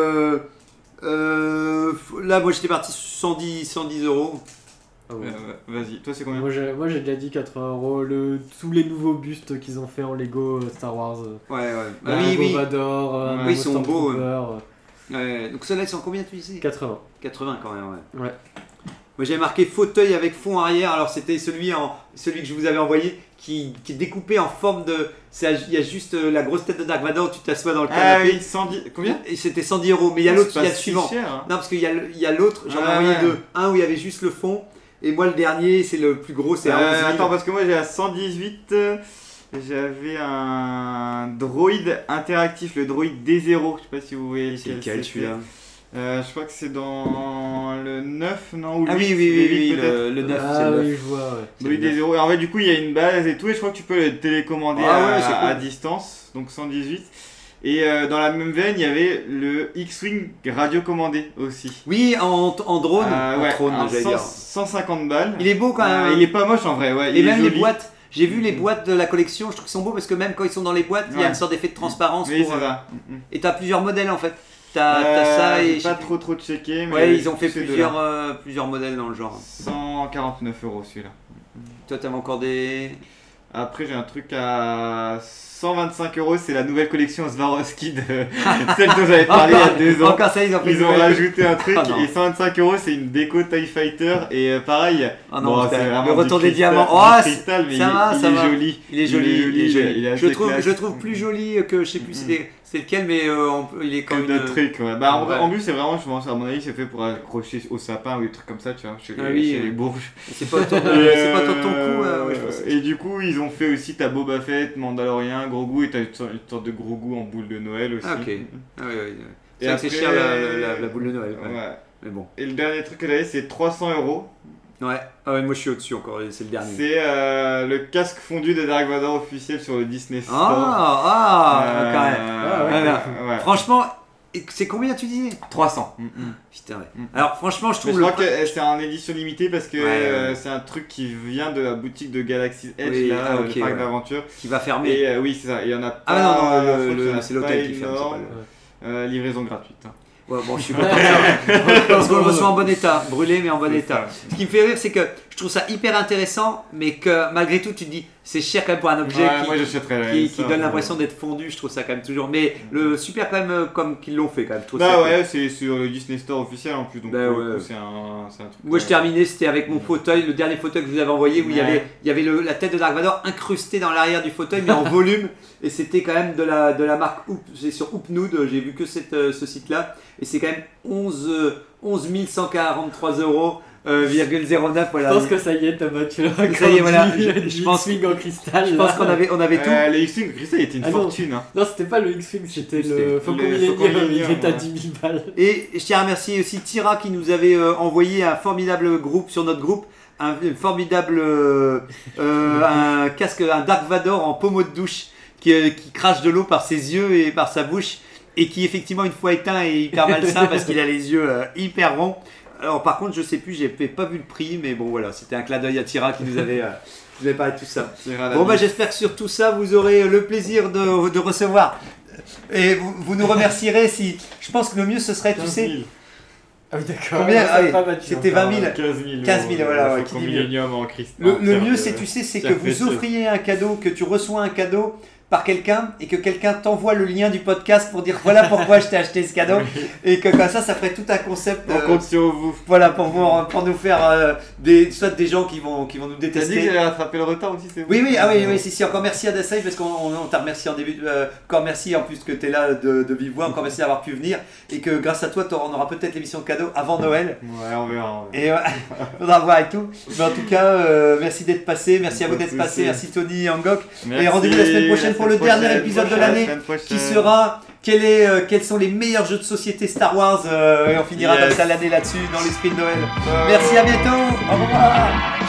Là, moi j'étais parti sur 110 €. Ah ouais. Vas-y, toi c'est combien? Moi j'ai déjà dit 80 €. Tous les nouveaux bustes qu'ils ont fait en Lego Star Wars. Oui. Vador, ils sont beaux. Donc ceux-là ils sont combien tu disais? 80. 80 quand même, ouais. Ouais. Moi j'avais marqué fauteuil avec fond arrière, alors c'était celui que je vous avais envoyé qui est découpé en forme de... Il y a juste la grosse tête de Dark Vador où tu t'assois dans le canapé. Ah oui, 110... Combien? Et c'était 110 €, mais il y a l'autre, il y a le suivant. Cher, hein. Non, parce qu'il y a l'autre, j'en ai envoyé deux. Un où il y avait juste le fond, et moi le dernier, c'est le plus gros, c'est à 11 000. Attends, parce que moi j'ai à 118... J'avais un droïde interactif, le droïde D0, je sais pas si vous voyez. C'est lequel celui-là? Je crois que c'est dans le 9, non? Ou le 8, oui, le 9, c'est le 9. Oui, je vois, ouais. Droïde D0. Et en fait, du coup, il y a une base et tout, et je crois que tu peux le télécommander à distance, donc 118. Et dans la même veine, il y avait le X-Wing radiocommandé aussi. Oui, en drone. J'allais dire. 150 balles. Il est beau quand même. Il est pas moche en vrai, ouais. Et même les boîtes. J'ai vu les boîtes de la collection, je trouve qu'ils sont beaux parce que même quand ils sont dans les boîtes, il y a une sorte d'effet de transparence. Oui, c'est ça. Et t'as plusieurs modèles en fait. T'as ça et. Pas trop checké, mais. Ouais, ils ont fait plusieurs modèles dans le genre. 149 € celui-là. Toi, t'avais encore des. Après, j'ai un truc à 125 €, c'est la nouvelle collection Swarovski de celle dont j'avais parlé il y a 2 ans. Encore ça, ils ont rajouté un truc et 125 €, c'est une déco TIE Fighter et pareil. C'est le retour des diamants. Cristal, mais il est joli. Il est joli. Je le trouve classe. plus joli que je sais plus c'est lequel, mais il est quand même. D'autres trucs, ouais. Bah en plus, c'est vraiment, je pense, à mon avis, c'est fait pour accrocher au sapin ou des trucs comme ça, tu vois, chez les bourges. C'est pas autour de ton cou. Et du coup, ils ont fait aussi ta Boba Fett, Mandalorian, Grogu, et t'as une sorte de Grogu en boule de Noël aussi. Ah, ok. Et après, c'est cher la boule de Noël. Ouais. Mais bon. Et le dernier truc que j'avais, c'est 300 €. Ouais. Ah ouais, moi je suis au-dessus encore, c'est le dernier. C'est le casque fondu de Dark Vador officiel sur le Disney Store. Quand même. Ouais. Franchement, c'est combien tu disais? 300. Putain, ouais. Alors franchement, je trouve. Je crois que c'est en édition limitée parce que c'est un truc qui vient de la boutique de Galaxy's Edge, le parc d'aventure. Qui va fermer. Et oui, c'est ça. Il y en a pas. Ah non, c'est l'hôtel qui ferme. Livraison gratuite. Ouais, bon, je suis pas parce qu'on le reçoit en bon état, brûlé mais en bon état. Ce qui me fait rire, c'est que je trouve ça hyper intéressant, mais que malgré tout, tu te dis c'est cher quand même pour un objet qui donne l'impression d'être fondu. Je trouve ça quand même toujours. Mais le super quand même comme qu'ils l'ont fait quand même. C'est sur le Disney Store officiel en plus, donc c'est un truc. Moi, je terminais, c'était avec mon fauteuil, le dernier fauteuil que je vous avais envoyé où il y avait la tête de Dark Vador incrustée dans l'arrière du fauteuil, mais en volume. Et c'était quand même de la marque Hoop. C'est sur Hoopnood, j'ai vu que ce site-là. Et c'est quand même 11 143 €. 0,09 voilà. Je pense que ça y est, t'as battu le record. Ça y est, voilà. Je pense X-Wing en cristal. Je pense qu'on avait tout. Le X-Wing en cristal était une fortune. Hein. Non, c'était pas le X-Wing, c'était le Faucon Millennium. Il était à 10 000 balles. Et je tiens à remercier aussi Tira qui nous avait envoyé un formidable groupe sur notre groupe. Un formidable un casque, un Dark Vador en pommeau de douche qui crache de l'eau par ses yeux et par sa bouche. Et qui effectivement une fois éteint est hyper malsain parce qu'il a les yeux hyper ronds. Alors par contre je sais plus, j'ai pas vu le prix, mais bon voilà, c'était un clin d'œil à Tira qui nous avait parlé de tout ça. Bon bah j'espère que sur tout ça vous aurez le plaisir de recevoir. Et vous nous remercierez si... Je pense que le mieux ce serait, tu sais... Ah oui, d'accord. Combien c'était 20 000. 15 000 voilà. Choco Millennium en cristal. Le mieux, c'est que vous offriez un cadeau, que tu reçois un cadeau par quelqu'un et que quelqu'un t'envoie le lien du podcast pour dire voilà pourquoi je t'ai acheté ce cadeau et que comme ça ferait tout un concept. On compte sur vous. Voilà pour nous faire soit des gens qui vont nous détester. T'as dit que j'allais rattraper le retard aussi, c'est vous. Oui, si. Encore merci à Dassaï parce qu'on t'a remercié en début. Encore merci en plus que t'es là de vive voix. Encore merci d'avoir pu venir et que grâce à toi, on aura peut-être l'émission de cadeau avant Noël. Ouais, on verra. Et faudra voir et tout. Mais en tout cas, merci d'être passé. Merci à vous d'être passé. Merci Tony et Angok. Et rendez-vous la semaine prochaine pour le dernier épisode de l'année qui sera quels sont les meilleurs jeux de société Star Wars et on finira comme ça l'année là-dessus dans l'esprit de Noël. Merci, à bientôt, au revoir.